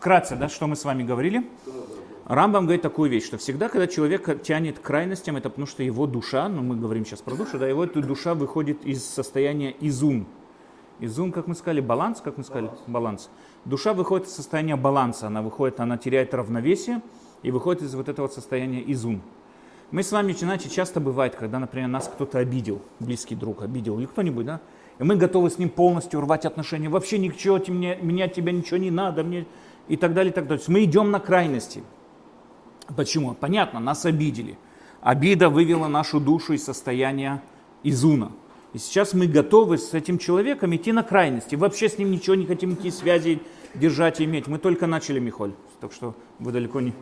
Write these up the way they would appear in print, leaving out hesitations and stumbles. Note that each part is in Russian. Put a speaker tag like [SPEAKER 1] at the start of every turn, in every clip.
[SPEAKER 1] вкратце, да, что мы с вами говорили. Рамбам говорит такую вещь, что всегда, когда человек тянет к крайностям, это потому что его душа, ну мы говорим сейчас про душу, да, его эта душа выходит из состояния изун. Изун, как мы сказали, баланс, как мы сказали, баланс. Душа выходит из состояния баланса, она теряет равновесие и выходит из вот этого состояния изун. Мы с вами, иначе часто бывает, когда, например, нас кто-то обидел, близкий друг обидел, или кто-нибудь, да, и мы готовы с ним полностью рвать отношения, вообще ничего, мне от тебя ничего не надо, мне и так далее, и так далее. То есть мы идем на крайности. Почему? Понятно, нас обидели. Обида вывела нашу душу из состояния изуна. И сейчас мы готовы с этим человеком идти на крайности. Вообще с ним ничего не хотим, никакие связи держать и иметь. Мы только начали, Михоль. Так что вы далеко не...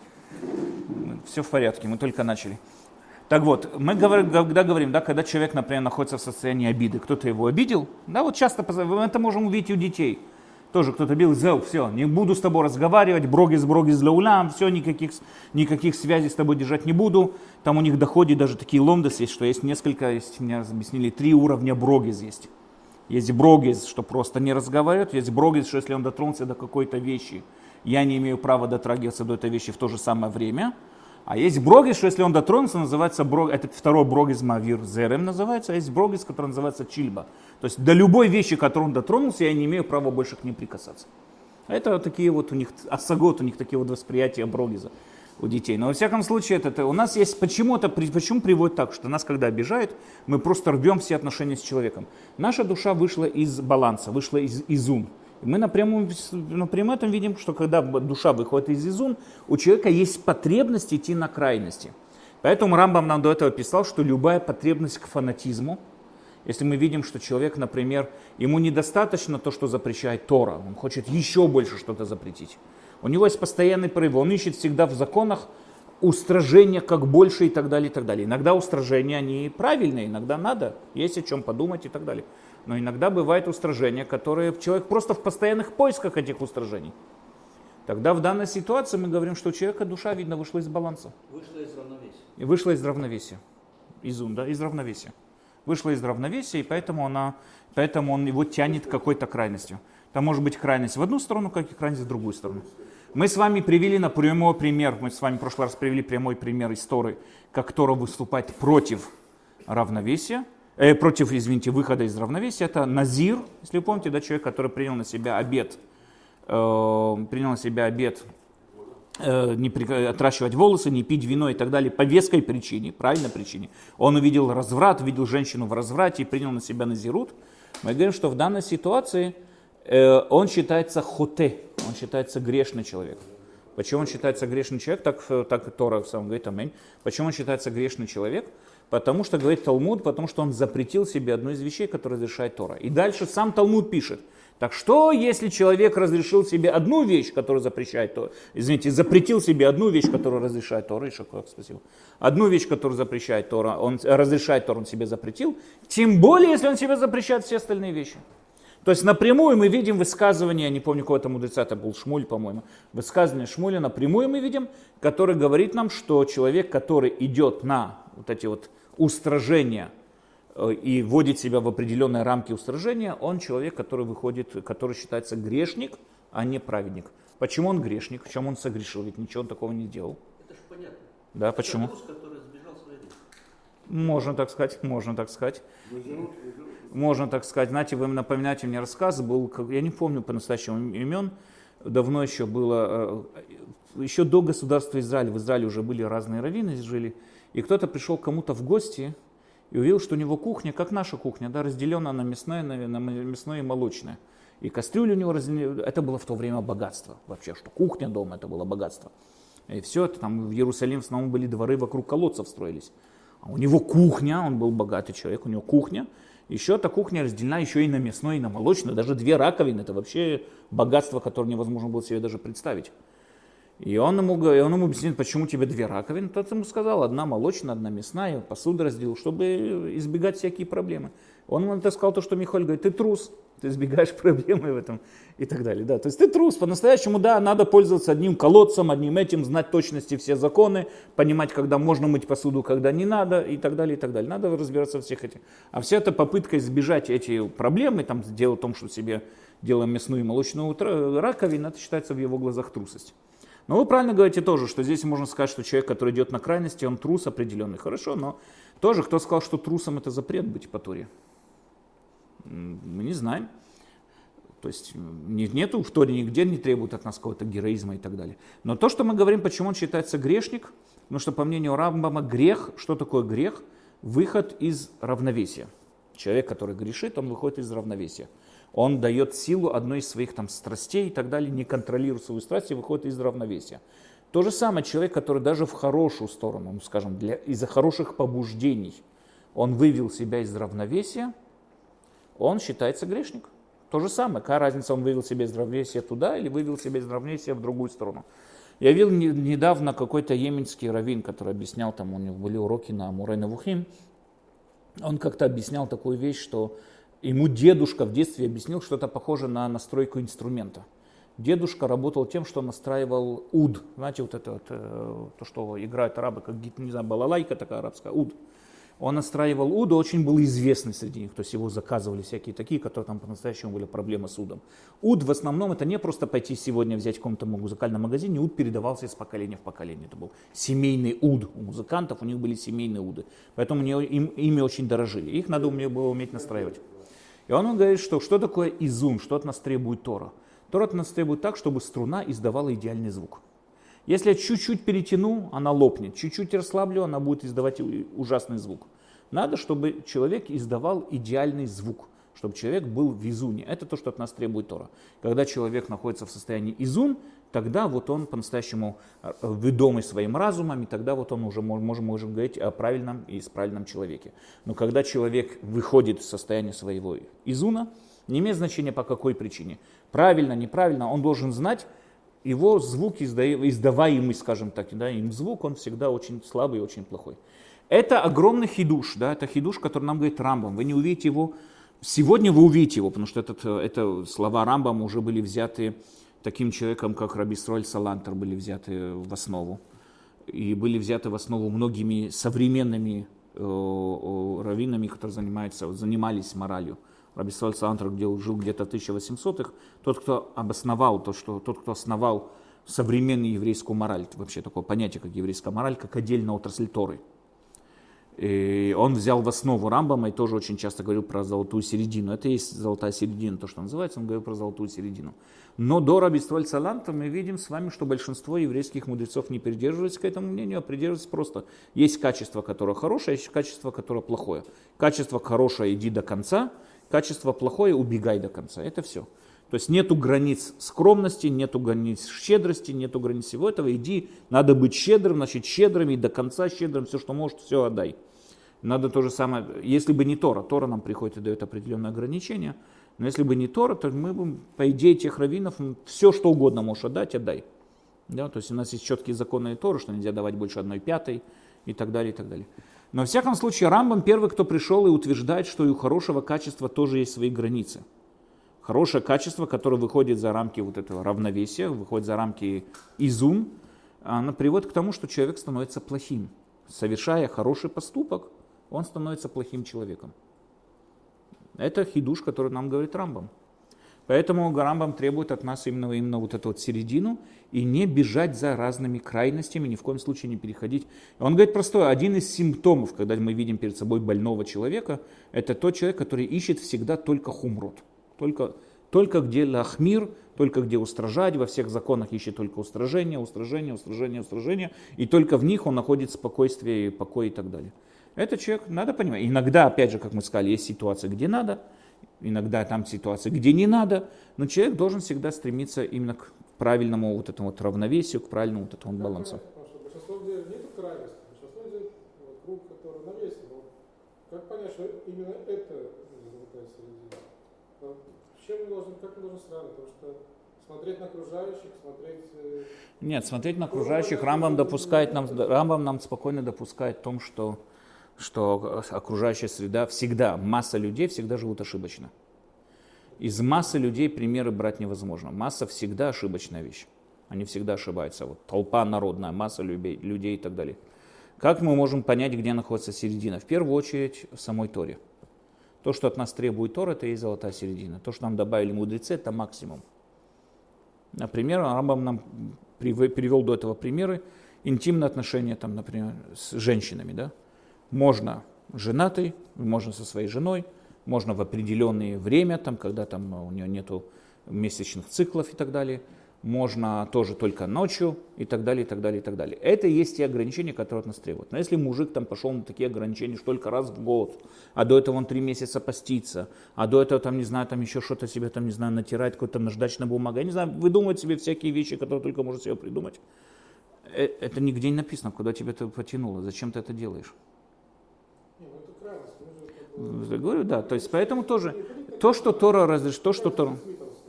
[SPEAKER 1] Все в порядке, мы только начали. Так вот, мы когда говорим, да, когда человек, например, находится в состоянии обиды, кто-то его обидел, да, вот часто мы это можем увидеть и у детей. Тоже кто-то бил, все, не буду с тобой разговаривать, брогис лаулям, все, никаких связей с тобой держать не буду. Там у них доходит даже такие ломдес есть, что есть несколько, есть, мне объяснили, 3 уровня брогис есть. Есть брогис, что просто не разговаривают, есть брогис, что если он дотронулся до какой-то вещи, я не имею права дотрагиваться до этой вещи в то же самое время. А есть брогис, что если он дотронулся, называется это второй брогис мавир зерем называется, а есть брогис, который называется чильба. То есть до любой вещи, которой он дотронулся, я не имею права больше к ней прикасаться. Это вот такие вот у них, ассагот, у них такие вот восприятия брогиза у детей. Но во всяком случае, это у нас есть почему приводит так, что нас когда обижают, мы просто рвем все отношения с человеком. Наша душа вышла из баланса, вышла из изун. И мы напрямую этом видим, что когда душа выходит из изун, у человека есть потребность идти на крайности. Поэтому Рамбам нам до этого писал, что любая потребность к фанатизму, если мы видим, что человек, например, ему недостаточно то, что запрещает Тора, он хочет еще больше что-то запретить. У него есть постоянный порыв, он ищет всегда в законах устражения как больше и так далее, и так далее. Иногда устражения, они правильные, иногда надо, есть о чем подумать и так далее. Но иногда бывает устражение, которые человек просто в постоянных поисках этих устражений. Тогда в данной ситуации мы говорим, что у человека душа, видно, вышла из баланса.
[SPEAKER 2] Вышла из равновесия.
[SPEAKER 1] И вышла из равновесия. Изун, да, из равновесия. Вышла из равновесия, и поэтому он его тянет к какой-то крайностью. Там может быть крайность в одну сторону, как и крайность в другую сторону. Мы с вами привели на прямой пример, мы с вами в прошлый раз привели прямой пример из Торы, как Тора выступает против равновесия, выхода из равновесия. Это назир, если вы помните, да, человек, который принял на себя обет не отращивать волосы, не пить вино и так далее по веской причине, правильной причине. Он увидел разврат, увидел женщину в разврате и принял на себя назирут. Мы говорим, что в данной ситуации он считается хоте, он считается грешный человек. Почему он считается грешный человек? Так и Тора сам говорит, аминь. Почему он считается грешный человек? Потому что, говорит Талмуд, потому что он запретил себе одну из вещей, которую разрешает Тора. И дальше сам Талмуд пишет. Так что, если человек разрешил себе одну вещь, которую запрещает Тора, запретил себе одну вещь, которую разрешает Тора, спасибо, одну вещь, которую запрещает Тора, он разрешает Тора, он себе запретил, тем более, если он себе запрещает все остальные вещи. То есть напрямую мы видим высказывание, не помню, какого-то мудреца, это был Шмуль, по-моему, высказывание Шмуля напрямую мы видим, который говорит нам, что человек, который идет на вот эти вот устражения и вводит себя в определенные рамки устражения, он человек, который считается грешник, а не праведник. Почему он грешник? В чем он согрешил? Ведь ничего он такого не делал.
[SPEAKER 2] Это же понятно.
[SPEAKER 1] Да, почему?
[SPEAKER 2] Трус, который сбежал с войны.
[SPEAKER 1] Можно так сказать. Можно так сказать. Знаете, вы напоминаете мне рассказ, я не помню по-настоящему имен, давно еще было, еще до государства Израиль, в Израиле уже были разные раввины, жили, и кто-то пришел к кому-то в гости и увидел, что у него кухня, как наша кухня, да, разделена на мясное и молочное. И кастрюля у него разделена, это было в то время богатство вообще, что кухня дома, это было богатство. И все это, там в Иерусалиме в основном были дворы, вокруг колодцев строились. А у него кухня, он был богатый человек, у него кухня. Еще эта кухня разделена еще и на мясное, и на молочное, даже 2 раковины, это вообще богатство, которое невозможно было себе даже представить. И он ему объяснил, почему тебе 2 раковины. Тот ему сказал, 1 молочная, 1 мясная, посуду разделил, чтобы избегать всякие проблемы. Он ему это сказал то, что Михаил говорит, ты трус, ты избегаешь проблемы в этом и так далее. Да. То есть ты трус, по-настоящему, да, надо пользоваться одним колодцем, одним этим, знать точности все законы, понимать, когда можно мыть посуду, когда не надо и так далее, и так далее. Надо разбираться во всех этих. А вся эта попытка избежать эти проблемы, там, дело в том, что себе делаем мясную и молочную раковину, это считается в его глазах трусость. Но вы правильно говорите тоже, что здесь можно сказать, что человек, который идет на крайности, он трус определенный. Хорошо, но тоже кто сказал, что трусом это запрет быть по Торе? Мы не знаем. То есть нету в Торе нигде не требует от нас какого-то героизма и так далее. Но то, что мы говорим, почему он считается грешник, потому что по мнению Рамбама грех, что такое грех? Выход из равновесия. Человек, который грешит, он выходит из равновесия. Он дает силу одной из своих там страстей и так далее, не контролирует свою страсть и выходит из равновесия. То же самое человек, который даже в хорошую сторону, ну, скажем, из-за хороших побуждений, он вывел себя из равновесия, он считается грешник. То же самое, какая разница, он вывел себя из равновесия туда или вывел себя из равновесия в другую сторону. Я видел недавно какой-то йеменский раввин, который объяснял, там у него были уроки на Мурей Невухим, он как-то объяснял такую вещь, что ему дедушка в детстве объяснил что-то похожее на настройку инструмента. Дедушка работал тем, что настраивал уд. Знаете, вот это вот, то, что играют арабы, как, не знаю, балалайка такая арабская, уд. Он настраивал уд, очень был известный среди них, то есть его заказывали всякие такие, которые там по-настоящему были проблемы с удом. Уд в основном это не просто пойти сегодня взять в каком-то музыкальном магазине, уд передавался из поколения в поколение. Это был семейный уд у музыкантов, у них были семейные уды, поэтому ими очень дорожили, их надо было уметь настраивать. И он говорит, что такое изун, что от нас требует Тора. Тора от нас требует так, чтобы струна издавала идеальный звук. Если я чуть-чуть перетяну, она лопнет, чуть-чуть расслаблю, она будет издавать ужасный звук. Надо, чтобы человек издавал идеальный звук, чтобы человек был в изуне. Это то, что от нас требует Тора. Когда человек находится в состоянии изун, тогда вот он по-настоящему ведомый своим разумом, и тогда вот он уже можем говорить о правильном и исправленном человеке. Но когда человек выходит из состояния своего изуна, не имеет значения по какой причине. Правильно, неправильно, он должен знать, его звук, издаваемый, скажем так, да, им звук, он всегда очень слабый и очень плохой. Это огромный хидуш, да, это хидуш, который нам говорит Рамбам. Вы не увидите его, сегодня вы увидите его, потому что это слова Рамбама уже были взяты таким человеком, как Раби Исроэль Салантер, были взяты в основу. И были взяты в основу многими современными раввинами, которые занимались моралью. Раби Исроэль Салантер, где жил где-то в 1800-х, тот, кто основал современную еврейскую мораль, вообще такое понятие, как еврейская мораль, как отдельная отрасль Торы. И он взял в основу Рамбама и тоже очень часто говорил про золотую середину. Это и есть золотая середина, то, что называется, он говорил про золотую середину. Но до Раби Исроэль Салантера мы видим с вами, что большинство еврейских мудрецов не придерживаются к этому мнению, а придерживаются просто. Есть качество, которое хорошее, есть качество, которое плохое. Качество хорошее — иди до конца, качество плохое — убегай до конца. Это все. То есть нету границ скромности, нету границ щедрости, нету границ всего этого. Иди, надо быть щедрым, значит щедрым, и до конца щедрым, все, что можешь, все отдай. Надо то же самое, если бы не Тора, Тора нам приходит и дает определенные ограничения, но если бы не Тора, то мы бы, по идее, тех раввинов, все, что угодно можешь отдать, отдай. Да, то есть у нас есть четкие законы Торы, что нельзя давать больше 1/5 и так далее, и так далее. Но во всяком случае Рамбам первый, кто пришел и утверждает, что и у хорошего качества тоже есть свои границы. Хорошее качество, которое выходит за рамки вот этого равновесия, выходит за рамки изун, оно приводит к тому, что человек становится плохим. Совершая хороший поступок, он становится плохим человеком. Это хидуш, который нам говорит Рамбам. Поэтому Рамбам требует от нас именно вот эту вот середину и не бежать за разными крайностями, ни в коем случае не переходить. Он говорит простое, один из симптомов, когда мы видим перед собой больного человека, это тот человек, который ищет всегда только хумрот. Только где лахмир, только где устражать, во всех законах ищет только устражение, и только в них он находит спокойствие, покой и так далее. Этот человек, надо понимать, иногда, опять же, как мы сказали, есть ситуации, где надо, иногда там ситуации, где не надо, но человек должен всегда стремиться именно к правильному вот этому вот равновесию, к правильному вот этому балансу.
[SPEAKER 3] Потому что большинство людей нет крайности, большинство людей круг, который на весе. Как понять, что именно это золотая середина? Как мы должны сравнивать? Потому что смотреть на окружающих,
[SPEAKER 1] Нет, смотреть на окружающих Рамбам нам спокойно допускает в том, что что окружающая среда всегда, масса людей всегда живут ошибочно. Из массы людей примеры брать невозможно. Масса всегда ошибочная вещь. Они всегда ошибаются. Вот толпа народная, масса людей и так далее. Как мы можем понять, где находится середина? В первую очередь в самой Торе. То, что от нас требует Тора, это и есть золотая середина. То, что нам добавили мудрецы, это максимум. Например, Рамбам нам привел до этого примеры. Интимные отношения, там, например, с женщинами. Да? Можно женатый, можно со своей женой, можно в определенное время, там, когда там, у нее нету месячных циклов и так далее. Можно тоже только ночью и так далее, и так далее, и так далее. Это и есть те ограничения, которые от нас требуют. Но если мужик там пошел на такие ограничения, что только раз в год, а до этого он 3 месяца постится, а до этого там, не знаю, там еще что-то себе там, не знаю, натирает, какой-то наждачная бумага, я не знаю, выдумывать себе всякие вещи, которые только может себе придумать. Это нигде не написано, куда тебя это потянуло, зачем ты это делаешь. Я говорю, да, то есть поэтому тоже, то, что Тора разрешит, то, что Тора...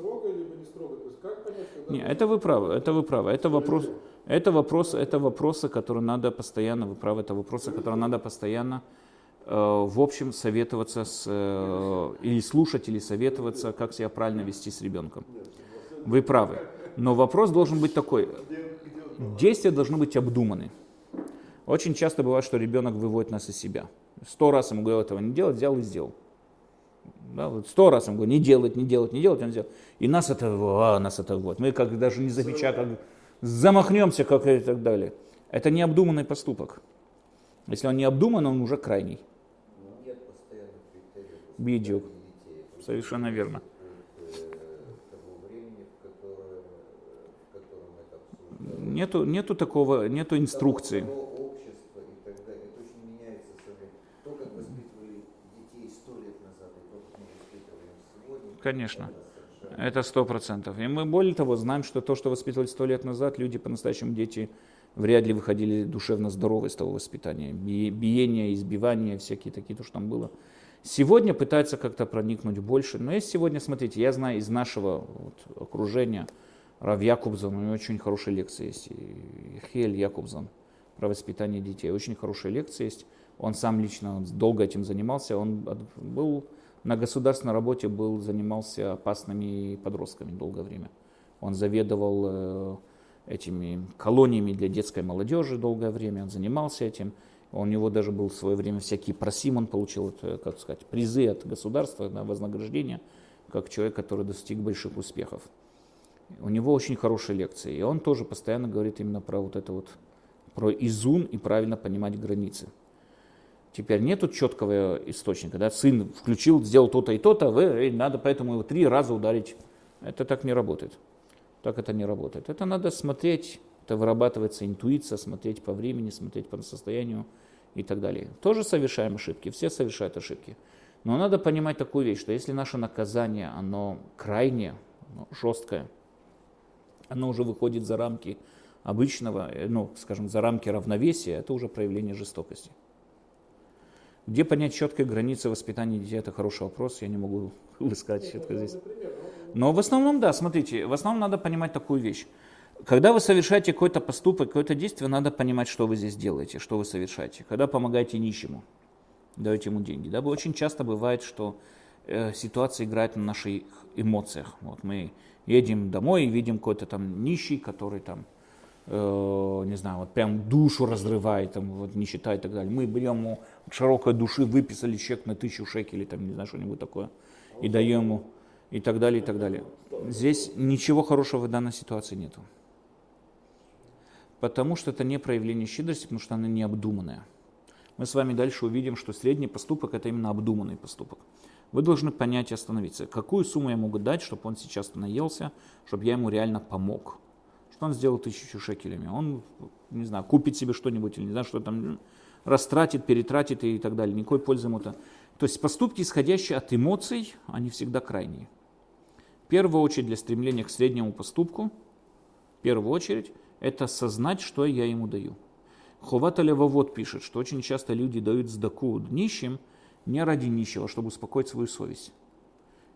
[SPEAKER 1] Нет, это вы правы. Это вопросы, которые надо постоянно, вы правы, это вопросы, которые надо постоянно, в общем, советоваться или слушать, или советоваться, как себя правильно вести с ребенком. Вы правы. Но вопрос должен быть такой. Действия должны быть обдуманы. Очень часто бывает, что ребенок выводит нас из себя. 100 раз ему говорил этого не делать, взял и сделал. Да, вот 100 раз ему говорю, не делать, он сделал. И нас это вот. Мы как даже не замечая, как замахнемся, как и так далее. Это необдуманный поступок. Если он не обдуман, он уже крайний.
[SPEAKER 4] Нет постоянных критериев.
[SPEAKER 1] Бедюк. Совершенно верно. Нету такого, нету инструкции.
[SPEAKER 4] Общество и так далее. Это очень меняется со временем. То, как воспитывали детей 100 лет назад, и то, как мы воспитываем сегодня.
[SPEAKER 1] Конечно. Это 100%. И мы, более того, знаем, что то, что воспитывали 100 лет назад, люди, по-настоящему дети, вряд ли выходили душевно здоровы из того воспитания. Биение, избивания, всякие такие, то, что там было. Сегодня пытаются как-то проникнуть больше. Но есть сегодня, смотрите, я знаю из нашего окружения, Рав Якубзон, у него очень хорошие лекции есть. Хель Якубзон про воспитание детей. Очень хорошие лекции есть. Он сам лично долго этим занимался. Он был на государственной работе, занимался опасными подростками долгое время. Он заведовал этими колониями для детской молодежи долгое время. Он занимался этим. У него даже был в свое время всякий просим, он получил, как сказать, призы от государства на вознаграждение, как человек, который достиг больших успехов. У него очень хорошие лекции, и он тоже постоянно говорит именно про вот это вот, про изун и правильно понимать границы. Теперь нету четкого источника, да, сын включил, сделал то-то и то-то, надо поэтому его 3 раза ударить. Это так не работает. Так это не работает. Это надо смотреть, это вырабатывается интуиция, смотреть по времени, смотреть по состоянию и так далее. Тоже совершаем ошибки, все совершают ошибки. Но надо понимать такую вещь, что если наше наказание, оно крайне жесткое, оно уже выходит за рамки обычного, скажем, за рамки равновесия, это уже проявление жестокости. Где понять четкие границы воспитания детей, это хороший вопрос, я не могу высказать четко здесь. Но в основном, да, смотрите, в основном надо понимать такую вещь. Когда вы совершаете какой-то поступок, какое-то действие, надо понимать, что вы здесь делаете, что вы совершаете. Когда помогаете нищему, даете ему деньги. Да, очень часто бывает, что ситуация играет на наших эмоциях. Вот мы едем домой и видим какой-то там нищий, который там, не знаю, вот прям душу разрывает, там, вот, нищета и так далее. Мы берем ему от широкой души, выписали чек на 1000 шекелей, там, не знаю, что-нибудь такое, и даем ему, и так далее, и так далее. Здесь ничего хорошего в данной ситуации нету. Потому что это не проявление щедрости, потому что она необдуманная. Мы с вами дальше увидим, что средний поступок – это именно обдуманный поступок. Вы должны понять и остановиться, какую сумму я могу дать, чтобы он сейчас наелся, чтобы я ему реально помог. Что он сделал 1000 шекелями? Он, не знаю, купит себе что-нибудь или не знаю, что там, растратит, перетратит и так далее. Никакой пользы ему то. То есть поступки, исходящие от эмоций, они всегда крайние. В первую очередь для стремления к среднему поступку, в первую очередь, это осознать, что я ему даю. Хуват Алевавод пишет, что очень часто люди дают сдаку нищим не ради нищего, чтобы успокоить свою совесть.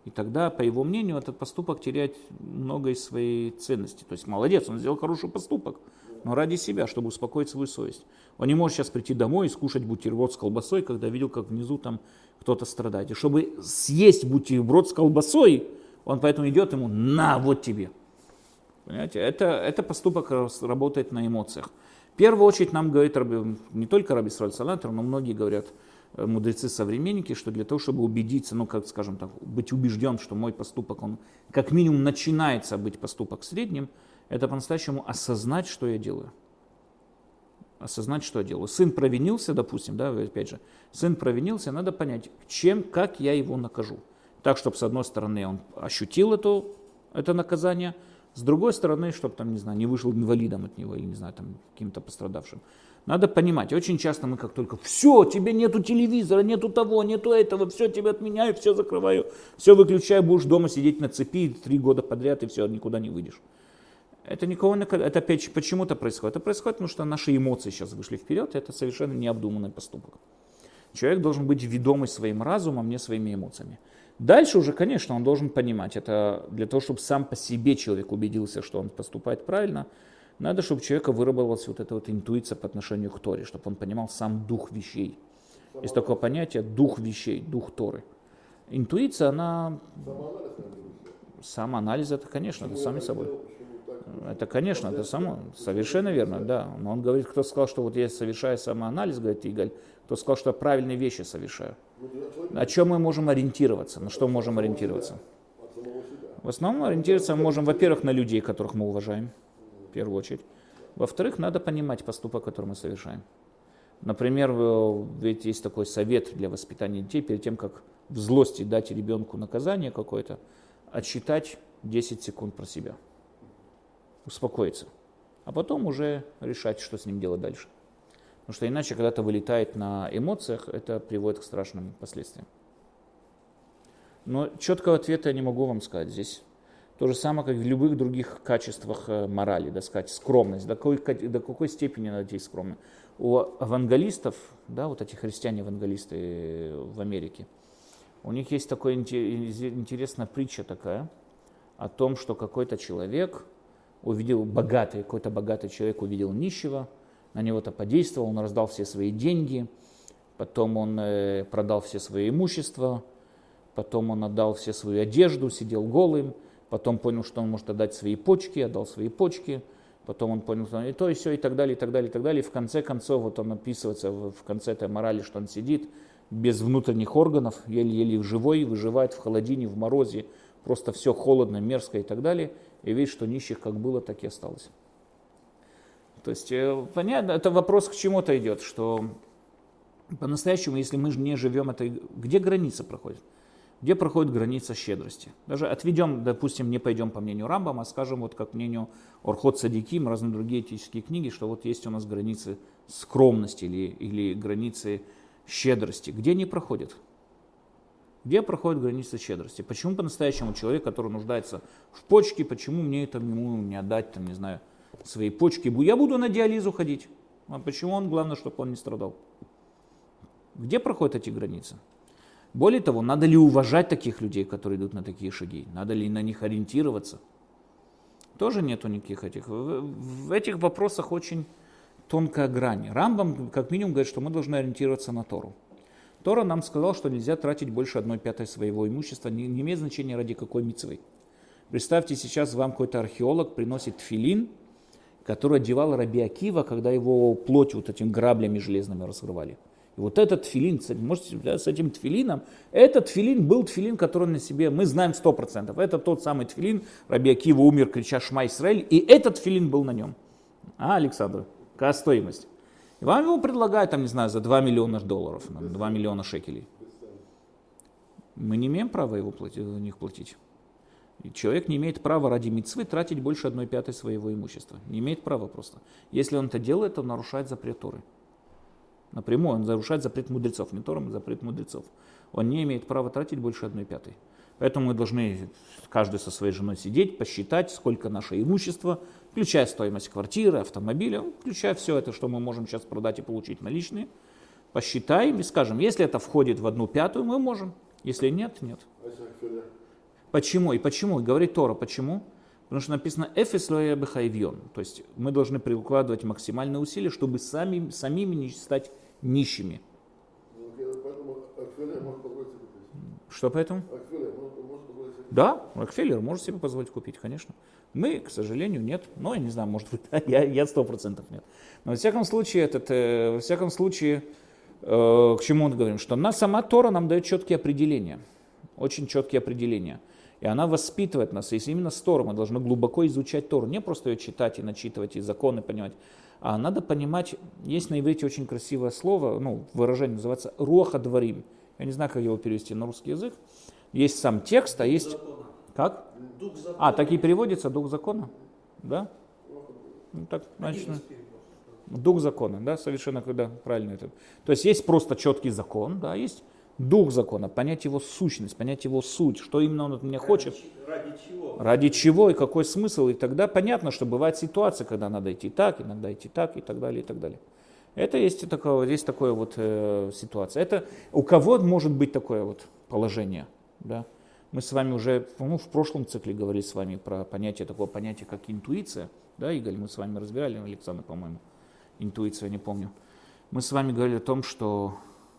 [SPEAKER 1] И тогда, по его мнению, этот поступок теряет много из своей ценности. То есть молодец, он сделал хороший поступок, но ради себя, чтобы успокоить свою совесть. Он не может сейчас прийти домой и скушать бутерброд с колбасой, когда видел, как внизу там кто-то страдает. И чтобы съесть бутерброд с колбасой, он поэтому идет ему: на, вот тебе. Понимаете, это поступок работает на эмоциях. В первую очередь нам говорит не только Раби Исраэль Салантер, но многие говорят, мудрецы-современники, что для того, чтобы убедиться, ну, как скажем так, быть убежден, что мой поступок, он как минимум начинается быть поступок средним, это по-настоящему осознать, что я делаю. Осознать, что я делаю. Сын провинился, допустим, да, опять же, сын провинился, надо понять, как я его накажу. Так, чтобы с одной стороны он ощутил это наказание, с другой стороны, чтобы там, не знаю, не вышел инвалидом от него или, не знаю, там, каким-то пострадавшим. Надо понимать, очень часто мы как только: все, тебе нету телевизора, нету того, нету этого, все, тебя отменяю, все закрываю, все выключаю, будешь дома сидеть на цепи 3 года подряд и все, никуда не выйдешь. Это опять почему-то происходит. Это происходит, потому что наши эмоции сейчас вышли вперед, и это совершенно необдуманный поступок. Человек должен быть ведомый своим разумом, не своими эмоциями. Дальше уже, конечно, он должен понимать, это для того, чтобы сам по себе человек убедился, что он поступает правильно, надо, чтобы у человека выработалась вот эта вот интуиция по отношению к Торе, чтобы он понимал сам дух вещей. Есть такое понятие дух вещей, дух Торы. Интуиция, она... Самоанализ, это, конечно, это сами собой. Это, конечно, это само, совершенно верно, да. Но он говорит, кто сказал, что вот я совершаю самоанализ, говорит Игаль, кто сказал, что я правильные вещи совершаю. На чем мы можем ориентироваться, на что мы можем ориентироваться? В основном ориентироваться мы можем, во-первых, на людей, которых мы уважаем, в первую очередь. Во-вторых, надо понимать поступок, который мы совершаем. Например, ведь есть такой совет для воспитания детей, перед тем, как в злости дать ребенку наказание какое-то, отсчитать 10 секунд про себя. Успокоиться. А потом уже решать, что с ним делать дальше. Потому что иначе, когда это вылетает на эмоциях, это приводит к страшным последствиям. Но четкого ответа я не могу вам сказать здесь. То же самое, как в любых других качествах морали, да, сказать, скромность. До какой степени надо быть скромным. У евангелистов, да, вот эти христиане-евангелисты в Америке, у них есть такая интересная притча такая, о том, что какой-то человек увидел какой-то богатый человек увидел нищего, на него это подействовало, он раздал все свои деньги, потом он продал все свое имущество, потом он отдал все свою одежду, сидел голым, потом понял, что он может отдать свои почки, отдал свои почки, потом он понял, что и то, и все, и так далее, и так далее, и так далее. И в конце концов, вот он описывается в конце этой морали, что он сидит без внутренних органов, еле-еле живой, выживает в холодине, в морозе, просто все холодно, мерзко и так далее. И видит, что нищих как было, так и осталось. То есть, понятно, это вопрос к чему-то идет, что по-настоящему, если мы не живем, где граница проходит? Где проходит граница щедрости? Даже отведем, допустим, не пойдем по мнению Рамбама, а скажем, вот как мнению Орхот Цадиким, разные другие этические книги, что вот есть у нас границы скромности или границы щедрости. Где они проходят? Где проходит граница щедрости? Почему по-настоящему человек, который нуждается в почке, почему мне это ему не отдать, там, не знаю, свои почки? Я буду на диализу ходить. А почему он? Главное, чтобы он не страдал. Где проходят эти границы? Более того, надо ли уважать таких людей, которые идут на такие шаги? Надо ли на них ориентироваться? Тоже нету никаких этих. В этих вопросах очень тонкая грань. Рамбам, как минимум, говорит, что мы должны ориентироваться на Тору. Тора нам сказал, что нельзя тратить больше 1/5 своего имущества, не имеет значения ради какой мицвы. Представьте, сейчас вам какой-то археолог приносит тфилин, который одевал Раби Акива, когда его плоть вот этими граблями железными разрывали. И вот этот тфилин, можете, да, с этим тфилином, этот тфилин был тфилин, который на себе, мы знаем 100%, это тот самый тфилин, Раби Акива умер, крича Шма Исраэль, и этот тфилин был на нем. Александр, какая стоимость? И вам его предлагают, там, не знаю, за $2 миллиона, 2 миллиона шекелей. Мы не имеем права за них платить. И человек не имеет права ради мицвы тратить больше 1/5 своего имущества. Не имеет права просто. Если он это делает, то он нарушает запрет Торы. Напрямую он нарушает запрет мудрецов, не Тору, а запрет мудрецов. Он не имеет права тратить больше 1/5. Поэтому мы должны каждый со своей женой сидеть, посчитать, сколько наше имущество, включая стоимость квартиры, автомобиля, включая все это, что мы можем сейчас продать и получить наличные. Посчитаем и скажем, если это входит в 1/5, мы можем. Если нет, нет. Почему? И почему? И говорит Тора, почему? Потому что написано «Эфес лоэ бехайвьон». То есть мы должны прикладывать максимальные усилия, чтобы самими не стать нищими. Что поэтому? Да, Рокфеллер может себе позволить купить, конечно. Мы, к сожалению, нет. Но я не знаю, может быть, я 100% нет. Но во всяком случае, к чему мы говорим? Что сама Тора нам дает четкие определения. Очень четкие определения. И она воспитывает нас. И именно с Торой мы должны глубоко изучать Тору. Не просто ее читать и начитывать, и законы понимать. А надо понимать, есть на иврите очень красивое слово, выражение называется «руах адварим». Я не знаю, как его перевести на русский язык. Есть сам текст, а есть...
[SPEAKER 2] Закона.
[SPEAKER 1] Как?
[SPEAKER 2] Дух закона.
[SPEAKER 1] Так и переводится «дух закона». Да? Так, значит, дух закона, да, совершенно правильно это. То есть есть просто четкий закон, да, есть дух закона, понять его сущность, понять его суть, что именно он от меня хочет.
[SPEAKER 2] Ради чего?
[SPEAKER 1] Ради чего и какой смысл. И тогда понятно, что бывает ситуация, когда надо идти так, иногда идти так, и так далее, и так далее. Это есть такое вот ситуация. Это у кого может быть такое вот положение, да? Мы с вами уже в прошлом цикле говорили с вами про такое понятие, как интуиция. Да, Игорь, мы с вами разбирали, Александр, по-моему, интуицию, я не помню. Мы с вами говорили о том, что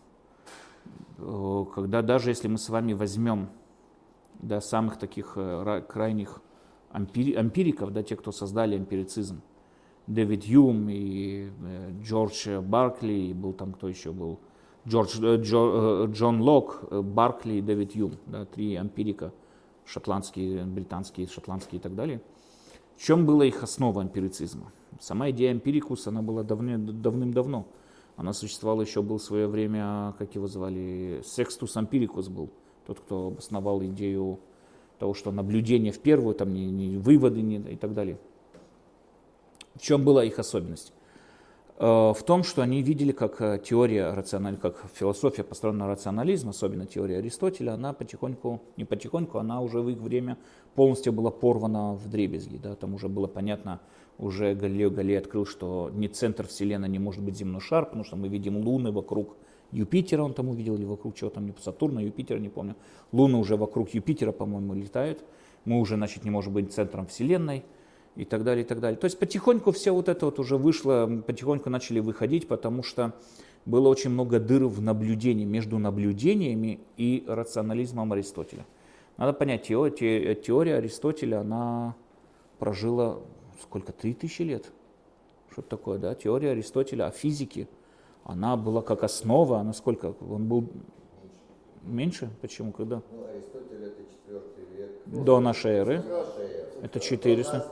[SPEAKER 1] когда даже если мы с вами возьмем самых таких крайних эмпириков, те, кто создали эмпирицизм, Дэвид Юм и Джордж Баркли, и был там кто еще был, Джон Лок, Баркли и Дэвид Юм, 3 эмпирика, шотландские, британские, шотландские и так далее. В чем была их основа эмпирицизма? Сама идея эмпирикус, она была давным-давно. Она существовала еще, был в свое время, как его звали, Секстус Эмпирикус был, тот, кто обосновал идею того, что наблюдение в первую, там не выводы и так далее. В чем была их особенность? В том, что они видели, как теория как философия построена на рационализм, особенно теория Аристотеля, она она уже в их время полностью была порвана вдребезги. Да? Там уже было понятно, уже Галилео Галилей открыл, что не центр Вселенной не может быть земной шар, потому что мы видим луны вокруг Юпитера, он там увидел, или вокруг чего там, Сатурна, Юпитера, не помню. Луны уже вокруг Юпитера, по-моему, летают. Мы уже, значит, не можем быть центром Вселенной. И так далее, и так далее. То есть потихоньку все вот это вот уже вышло, потихоньку начали выходить, потому что было очень много дыр в наблюдении, между наблюдениями и рационализмом Аристотеля. Надо понять, теория Аристотеля, она прожила сколько, 3000 лет? Что-то такое, да? Теория Аристотеля о физике, она была как основа, она сколько? Он был меньше? Почему? Когда?
[SPEAKER 4] Аристотель это 4 век.
[SPEAKER 1] До нашей эры. Это 400.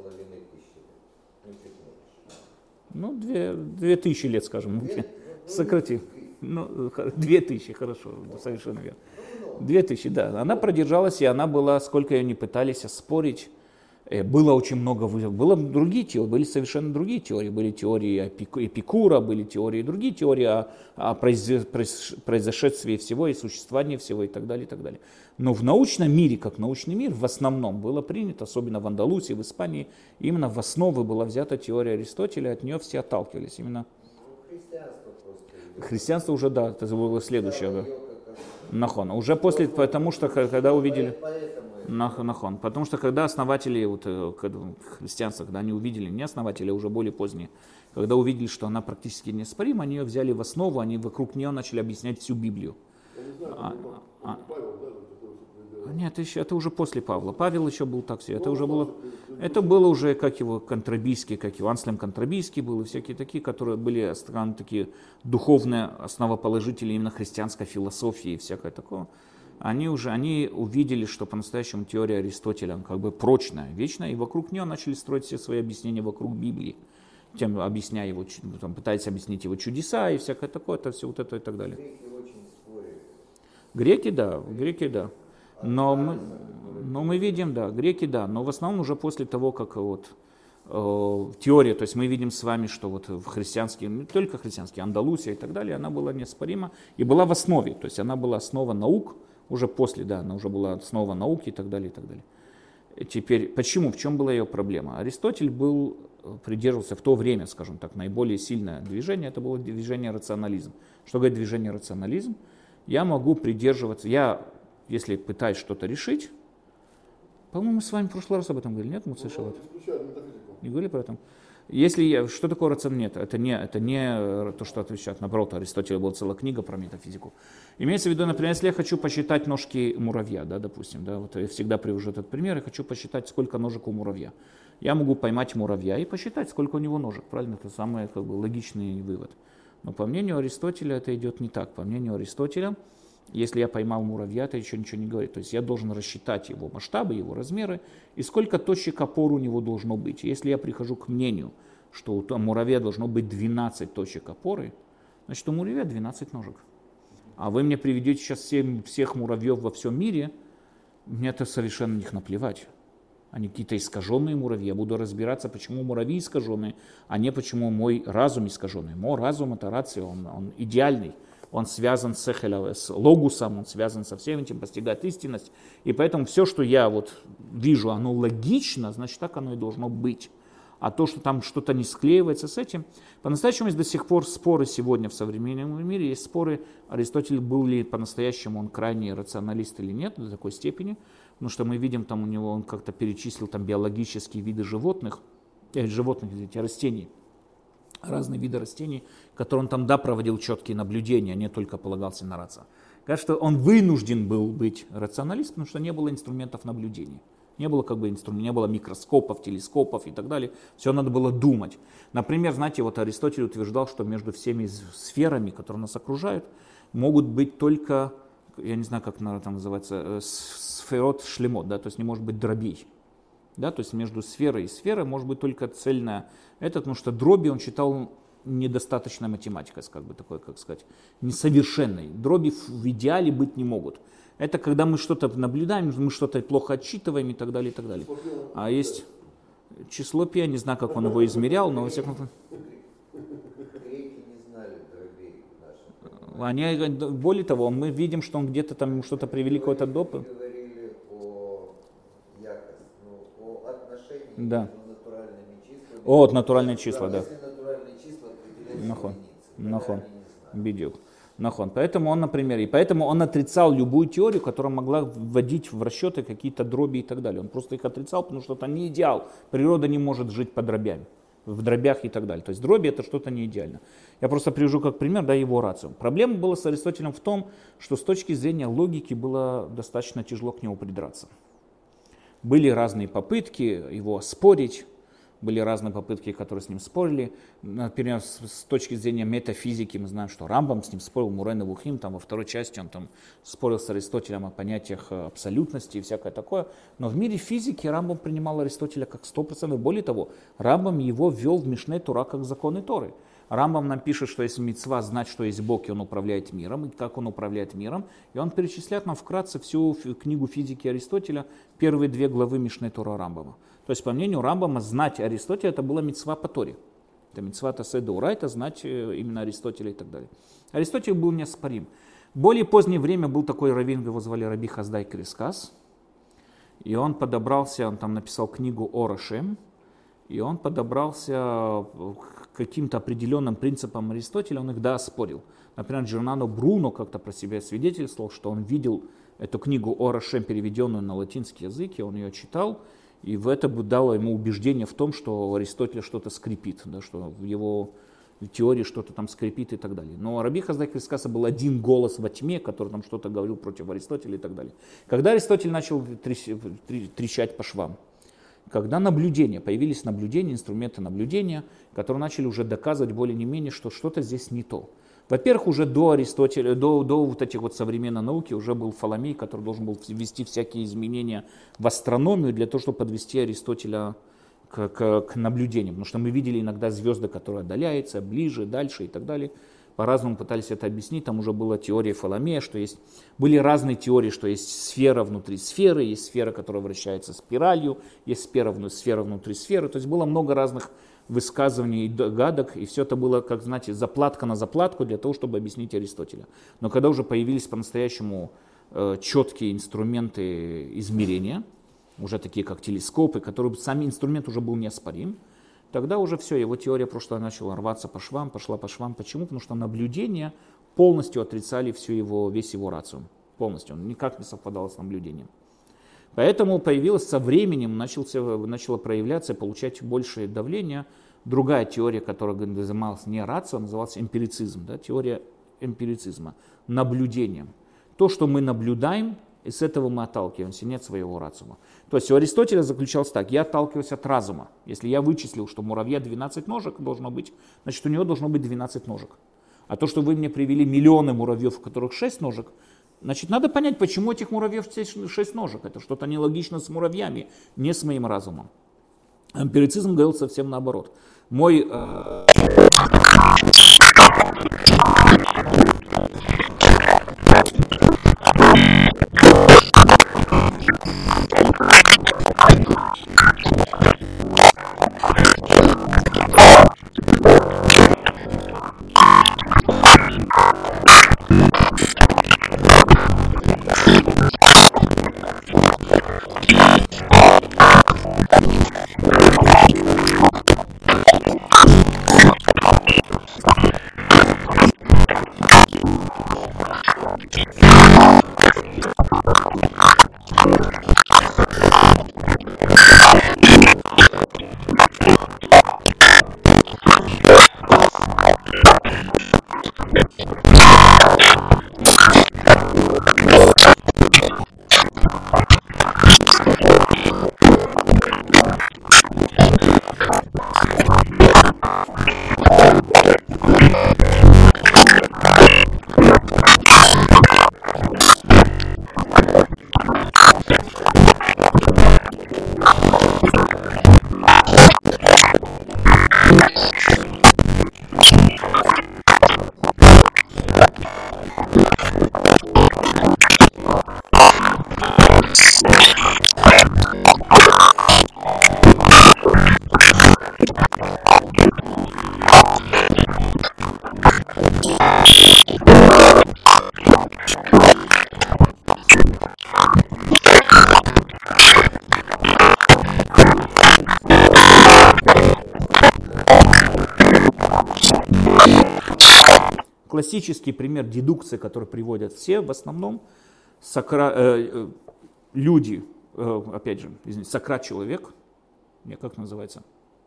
[SPEAKER 1] 2000 лет, скажем, сократи. 2000, хорошо, совершенно верно. 2000, да. Она продержалась, и она была, сколько ее не пытались оспорить, было очень много, было другие теории, были совершенно другие теории. Были теории Эпикура, были теории, другие теории о произошествии всего и существовании всего и так далее, и так далее. Но в научном мире, как научный мир, в основном было принято, особенно в Андалусии, в Испании, именно в основу была взята теория Аристотеля, от нее все отталкивались. Именно христианство уже, да, это было следующее. Нахон. Уже после, потому что когда увидели... Нахон. Потому что когда основатели христианства, когда они увидели, не основатели, а уже более поздние, когда увидели, что она практически неоспорима, они ее взяли в основу, они вокруг нее начали объяснять всю Библию. Нет, это уже после Павла. Павел еще был так себе. Это было уже, как его, Контрабийский, как его, Анслем Контрабийский был, и всякие такие, которые были такие духовные основоположители именно христианской философии и всякое такое. Они увидели, что по-настоящему теория Аристотеля как бы прочная, вечная, и вокруг нее начали строить все свои объяснения вокруг Библии. Тем объясняя его, пытаясь объяснить его чудеса и всякое такое, это все вот это и так далее. Греки, да. Но мы видим, да, греки, да, но в основном уже после того, как теория, то есть мы видим с вами, что в христианские, не только христианские, Андалусия и так далее, она была неоспорима и была в основе, то есть она была основа наук, уже после, да, она уже была основа науки и так далее, и так далее. Теперь, почему, в чем была ее проблема? Аристотель придерживался в то время, скажем так, наиболее сильное движение, это было движение рационализм. Что говорит движение рационализм? Я могу придерживаться, если пытаюсь что-то решить, По-моему, мы с вами в прошлый раз об этом говорили, нет, Муцей Шаббат?
[SPEAKER 5] Исключает метафизику.
[SPEAKER 1] Не говорили про это? Если что такое рацион? Нет, это не то, что отвечает. Наоборот, у Аристотеля была целая книга про метафизику. Имеется в виду, например, если я хочу посчитать ножки муравья, да, допустим, да, вот я всегда привожу этот пример, я хочу посчитать, сколько ножек у муравья. Я могу поймать муравья и посчитать, сколько у него ножек. Правильно? Это самый логичный вывод. Но по мнению Аристотеля это идет не так. По мнению Аристотеля, если я поймал муравья, это еще ничего не говорит. То есть я должен рассчитать его масштабы, его размеры и сколько точек опор у него должно быть. Если я прихожу к мнению, что у муравья должно быть 12 точек опоры, значит у муравья 12 ножек. А вы мне приведете сейчас всех муравьев во всем мире, мне это совершенно на них наплевать. Они какие-то искаженные муравьи. Я буду разбираться, почему муравьи искаженные, а не почему мой разум искаженный. Мой разум — это рацио, он идеальный. Он связан с логусом, он связан со всем этим, постигает истинность. И поэтому все, что я вот вижу, оно логично, значит, так оно и должно быть. А то, что там что-то не склеивается с этим, по-настоящему есть до сих пор споры сегодня в современном мире. Есть споры, Аристотель был ли по-настоящему он крайний рационалист или нет, до такой степени. Потому что мы видим, там у него он как-то перечислил там биологические виды растений. Разные виды растений, которые он там, да, проводил четкие наблюдения, не только полагался на рацио. Кажется, он вынужден был быть рационалистом, потому что не было инструментов наблюдения. Не было не было микроскопов, телескопов и так далее. Все надо было думать. Например, знаете, вот Аристотель утверждал, что между всеми сферами, которые нас окружают, могут быть только, я не знаю, как там называется, сферот шлемот, да, то есть не может быть дробей. Да, то есть между сферой и сферой может быть только цельная. Потому что дроби он считал недостаточной математикой, несовершенной. Дроби в идеале быть не могут. Это когда мы что-то наблюдаем, мы что-то плохо отсчитываем и так далее, и так далее. А есть число π, я не знаю, как он его измерял, но во всяком случае...
[SPEAKER 4] Греки не знали дробей наших.
[SPEAKER 1] Они, более того, мы видим, что он где-то там что-то привели какой-то доп.
[SPEAKER 4] Мы говорили о отношении
[SPEAKER 1] Да.
[SPEAKER 4] между натуральными числами.
[SPEAKER 1] От натуральные числа, да.
[SPEAKER 4] Если натуральные числа определяют
[SPEAKER 1] Нахон.
[SPEAKER 4] единицы,
[SPEAKER 1] Нахон.
[SPEAKER 4] они не знают.
[SPEAKER 1] Бедюк. Нахон. Поэтому он, например, отрицал любую теорию, которая могла вводить в расчеты какие-то дроби и так далее. Он просто их отрицал, потому что это не идеал. Природа не может жить по дробям, в дробях и так далее. То есть дроби — это что-то не идеально. Я просто привожу как пример, да, его рацио. Проблема была с Аристотелем в том, что с точки зрения логики было достаточно тяжело к нему придраться. Были разные попытки его оспорить. Были разные попытки, которые с ним спорили. Например, с точки зрения метафизики мы знаем, что Рамбам с ним спорил, Мурэ Невухим, там во второй части он там спорил с Аристотелем о понятиях абсолютности и всякое такое. Но в мире физики Рамбам принимал Аристотеля как 100%. Более того, Рамбам его ввел в Мишне Тора как законы Торы. Рамбам нам пишет, что если мицва знать, что есть Бог, и он управляет миром, и как он управляет миром, и он перечисляет нам вкратце всю книгу физики Аристотеля, первые 2 главы Мишне Тора Рамбама. То есть, по мнению Рамбама, знать Аристотеля — это была мицва по Торе. Это мицва тасе деура, это знать именно Аристотеля и так далее. Аристотель был неоспорим. В более позднее время был такой раввин, его звали Раби Хаздай Крискас, и он подобрался, он там написал книгу Ор ха-Шем, и он подобрался к каким-то определенным принципам Аристотеля, он их, да, оспорил. Например, Джорнано Бруно как-то про себя свидетельствовал, что он видел эту книгу Ор ха-Шем, переведенную на латинский язык, и он ее читал, и в это бы дало ему убеждение в том, что у Аристотеля что-то скрипит, да, что в его теории что-то там скрипит и так далее. Но Раби Хаздай Крискаса был один голос во тьме, который там что-то говорил против Аристотеля и так далее. Когда Аристотель начал трещать по швам, когда появились наблюдения, инструменты наблюдения, которые начали уже доказывать более не менее, что что-то здесь не то. Во-первых, уже до Аристотеля, до вот этих вот современной науки уже был Фоломей, который должен был ввести всякие изменения в астрономию для того, чтобы подвести Аристотеля к наблюдениям. Потому что мы видели иногда звезды, которые отдаляются, ближе, дальше и так далее. По-разному пытались это объяснить. Там уже была теория Фоломея, что были разные теории, что есть сфера внутри сферы, есть сфера, которая вращается спиралью, есть сфера внутри сферы. То есть было много разных высказываний и догадок, и все это было, как знаете, заплатка на заплатку для того, чтобы объяснить Аристотеля. Но когда уже появились по-настоящему четкие инструменты измерения, уже такие как телескопы, которые сами инструмент уже был неоспорим, тогда уже все, его теория просто начала рваться по швам, пошла по швам. Почему? Потому что наблюдения полностью отрицали весь его рациум. Полностью. Он никак не совпадал с наблюдением. Поэтому появилось со временем, начало проявляться, получать большее давление. Другая теория, которая занималась не рацио, называлась эмпирицизм, да, теория эмпирицизма, наблюдением. То, что мы наблюдаем, и с этого мы отталкиваемся, нет своего разума. То есть у Аристотеля заключалось так: я отталкиваюсь от разума. Если я вычислил, что у муравья 12 ножек должно быть, значит у него должно быть 12 ножек. А то, что вы мне привели миллионы муравьев, у которых 6 ножек, значит надо понять, почему у этих муравьев 6 ножек. Это что-то нелогично с муравьями, не с моим разумом. Эмпирицизм говорил совсем наоборот. Мой классический пример дедукции, который приводят все, в основном люди, опять же, Сократ человек, как называется?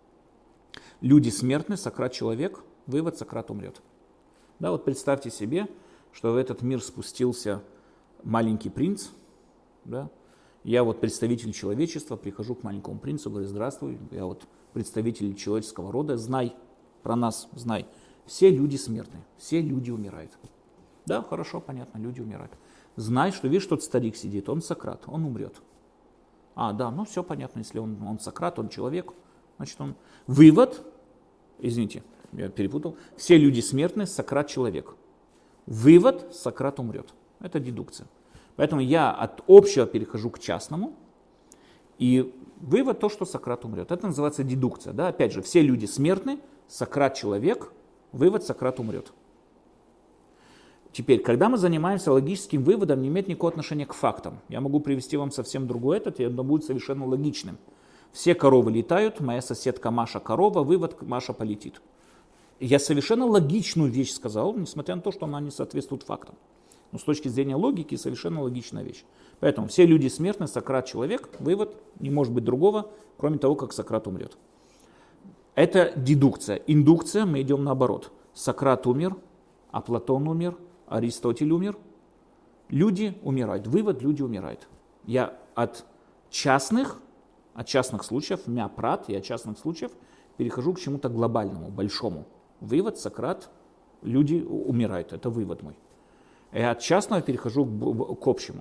[SPEAKER 1] Люди смертны, Сократ человек, вывод: Сократ умрет. Да, вот представьте себе, что в этот мир спустился маленький принц, да? Я вот представитель человечества, прихожу к маленькому принцу, говорю: здравствуй, я вот представитель человеческого рода, знай про нас, знай. Все люди смертны, все люди умирают. Да, хорошо, понятно, люди умирают. Знай, что видишь, тот старик сидит, он Сократ, он умрет. А, да, ну все понятно, если он Сократ, он человек, значит он... Вывод, извините, я перепутал, все люди смертны, Сократ человек. Вывод: Сократ умрет. Это дедукция. Поэтому я от общего перехожу к частному, и вывод то, что Сократ умрет. Это называется дедукция. Да? Опять же, все люди смертны, Сократ человек, вывод: Сократ умрет. Теперь, когда мы занимаемся логическим выводом, не имеет никакого отношения к фактам. Я могу привести вам совсем другой и он будет совершенно логичным. Все коровы летают, моя соседка Маша корова, вывод: Маша полетит. Я совершенно логичную вещь сказал, несмотря на то, что она не соответствует фактам. Но с точки зрения логики совершенно логичная вещь. Поэтому все люди смертны, Сократ человек, вывод: не может быть другого, кроме того, как Сократ умрет. Это дедукция. Индукция, мы идем наоборот. Сократ умер, а Платон умер, Аристотель умер. Люди умирают. Вывод: люди умирают. Я от частных случаев, мяпрат, я от частных случаев перехожу к чему-то глобальному, большому. Вывод: Сократ, люди умирают. Это вывод мой. Я от частного перехожу к общему.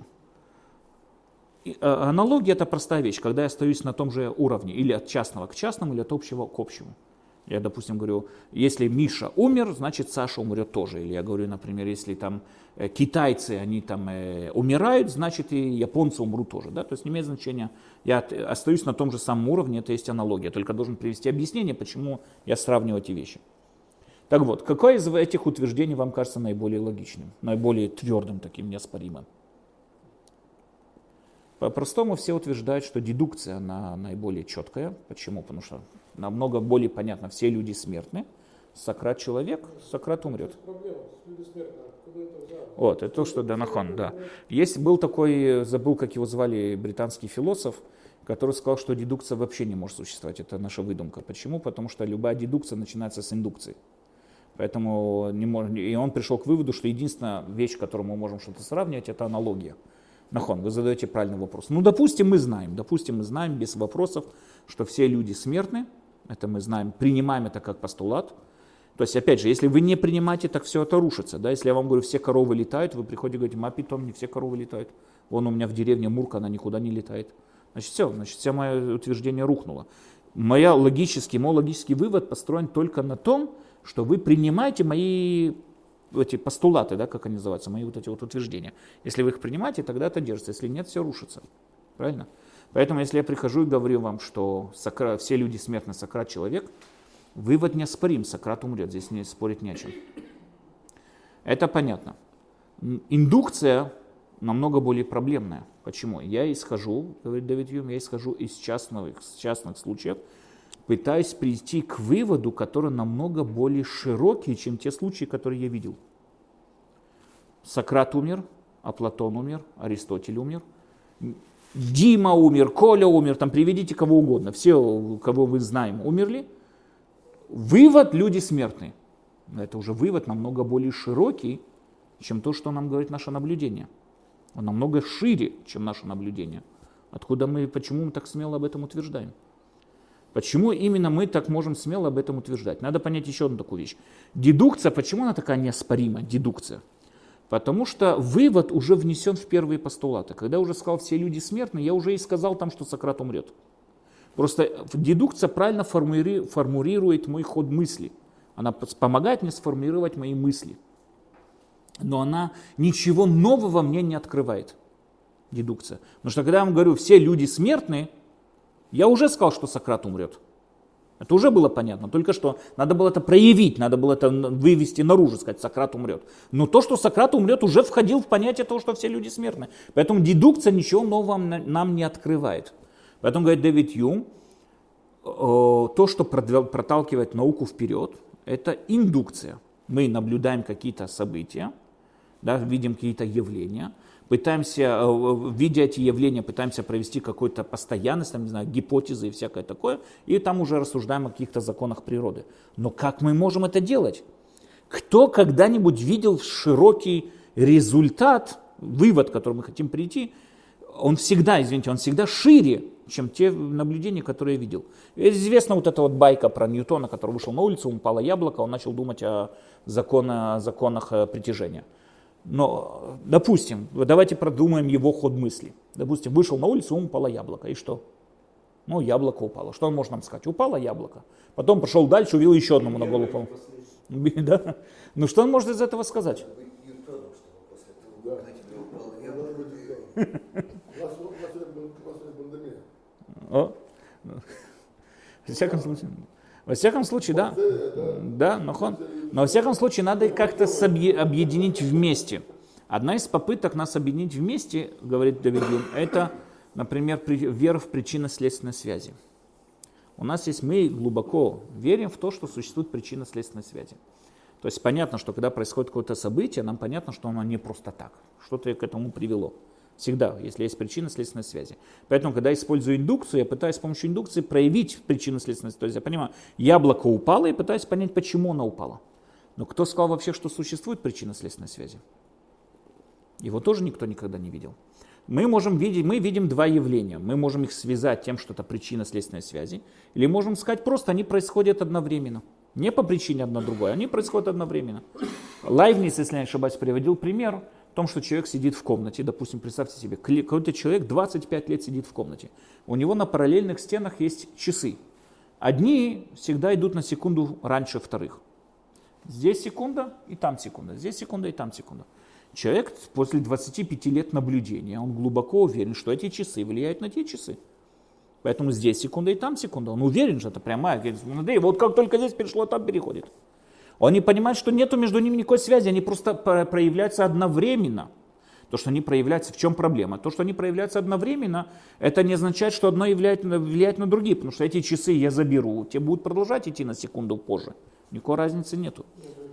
[SPEAKER 1] Аналогия — это простая вещь, когда я остаюсь на том же уровне, или от частного к частному, или от общего к общему. Я, допустим, говорю, если Миша умер, значит Саша умрет тоже. Или я говорю, например, если там китайцы, они там умирают, значит и японцы умрут тоже. Да? То есть не имеет значения, я остаюсь на том же самом уровне, это есть аналогия. Только должен привести объяснение, почему я сравниваю эти вещи. Так вот, какое из этих утверждений вам кажется наиболее логичным, наиболее твердым, таким неоспоримым? По-простому все утверждают, что дедукция она наиболее четкая. Почему? Потому что намного более понятно, все люди смертны. Сократ человек, Сократ умрет.
[SPEAKER 3] Проблема, люди смертные, откуда это взялось?
[SPEAKER 1] Вот, это то, что Донахон, да. Был такой, забыл, как его звали, британский философ, который сказал, что дедукция вообще не может существовать. Это наша выдумка. Почему? Потому что любая дедукция начинается с индукции. Поэтому и он пришел к выводу, что единственная вещь, которую мы можем что-то сравнивать, это аналогия. Нахон, вы задаете правильный вопрос. Допустим, мы знаем без вопросов, что все люди смертны. Это мы знаем, принимаем это как постулат. То есть, опять же, если вы не принимаете, так все это рушится. Да? Если я вам говорю, все коровы летают, вы приходите и говорите, питом, не все коровы летают. Вон у меня в деревне Мурка, она никуда не летает. Все мое утверждение рухнуло. Мой логический вывод построен только на том, что вы принимаете мои эти постулаты, да, как они называются, мои вот эти вот утверждения. Если вы их принимаете, тогда это держится. Если нет, все рушится. Правильно? Поэтому, если я прихожу и говорю вам, что все люди смертны, Сократ человек, вывод неоспорим, Сократ умрет, здесь не спорить не о чем. Это понятно. Индукция намного более проблемная. Почему? Я исхожу, говорит Дэвид Юм, из частных случаев, пытаюсь прийти к выводу, который намного более широкий, чем те случаи, которые я видел. Сократ умер, Платон умер, Аристотель умер, Дима умер, Коля умер, приведите кого угодно, все, кого вы знаем, умерли. Вывод – люди смертны. Это уже вывод намного более широкий, чем то, что нам говорит наше наблюдение. Он намного шире, чем наше наблюдение. Почему мы так смело об этом утверждаем? Почему именно мы так можем смело об этом утверждать? Надо понять еще одну такую вещь. Дедукция, почему она такая неоспоримая, дедукция? Потому что вывод уже внесен в первые постулаты. Когда я уже сказал, все люди смертны, я уже и сказал там, что Сократ умрет. Просто дедукция правильно формулирует мой ход мысли. Она помогает мне сформулировать мои мысли. Но она ничего нового мне не открывает, дедукция. Потому что когда я вам говорю, все люди смертны, я уже сказал, что Сократ умрет. Это уже было понятно. Только что надо было это проявить, надо было это вывести наружу, сказать, Сократ умрет. Но то, что Сократ умрет, уже входил в понятие того, что все люди смертны. Поэтому дедукция ничего нового нам не открывает. Поэтому, говорит Дэвид Юм, то, что проталкивает науку вперед, это индукция. Мы наблюдаем какие-то события, да, видим какие-то явления, видя эти явления, пытаемся провести какую-то постоянность, гипотезы и всякое такое, и там уже рассуждаем о каких-то законах природы. Но как мы можем это делать? Кто когда-нибудь видел широкий результат, вывод, к которому мы хотим прийти, он всегда шире, чем те наблюдения, которые я видел. Известна вот эта вот байка про Ньютона, который вышел на улицу, упало яблоко, он начал думать о законах притяжения. Но, допустим, давайте продумаем его ход мысли. Допустим, вышел на улицу, упало яблоко, и что? Яблоко упало. Что он может нам сказать? Упало яблоко. Потом пошел дальше, увидел еще одному на голову упало. Да? Что он может из этого сказать? Во всяком случае, да, но во всяком случае надо их как-то объединить вместе. Одна из попыток нас объединить вместе, говорит Дэвид Юм, это, например, вера в причинно-следственной связи. Мы глубоко верим в то, что существует причинно-следственной связи. То есть понятно, что когда происходит какое-то событие, нам понятно, что оно не просто так, что-то к этому привело. Всегда, если есть причинно-следственной связи. Поэтому, когда я использую индукцию, я пытаюсь с помощью индукции проявить причинно-следственную связь. То есть я понимаю, яблоко упало и пытаюсь понять, почему оно упало. Но кто сказал вообще, что существует причинно-следственной связи? Его тоже никто никогда не видел. Мы видим два явления. Мы можем их связать тем, что это причинно-следственной связи, или можем сказать просто, они происходят одновременно. Не по причине одно другое, они происходят одновременно. Лайбниц, если я не ошибаюсь, приводил пример в том, что человек сидит в комнате, допустим, представьте себе, какой-то человек 25 лет сидит в комнате, у него на параллельных стенах есть часы. Одни всегда идут на секунду раньше вторых. Здесь секунда и там секунда, здесь секунда и там секунда. Человек после 25 лет наблюдения, он глубоко уверен, что эти часы влияют на те часы. Поэтому здесь секунда и там секунда. Он уверен, что это прямая. Вот как только здесь перешло, там переходит. Он не понимает, что нету между ними никакой связи, они просто проявляются одновременно. То То, что они проявляются, в чем проблема? То, что они проявляются одновременно, это не означает, что одно влияет на другие, потому что эти часы я заберу, те будут продолжать идти на секунду позже. Никакой разницы нету.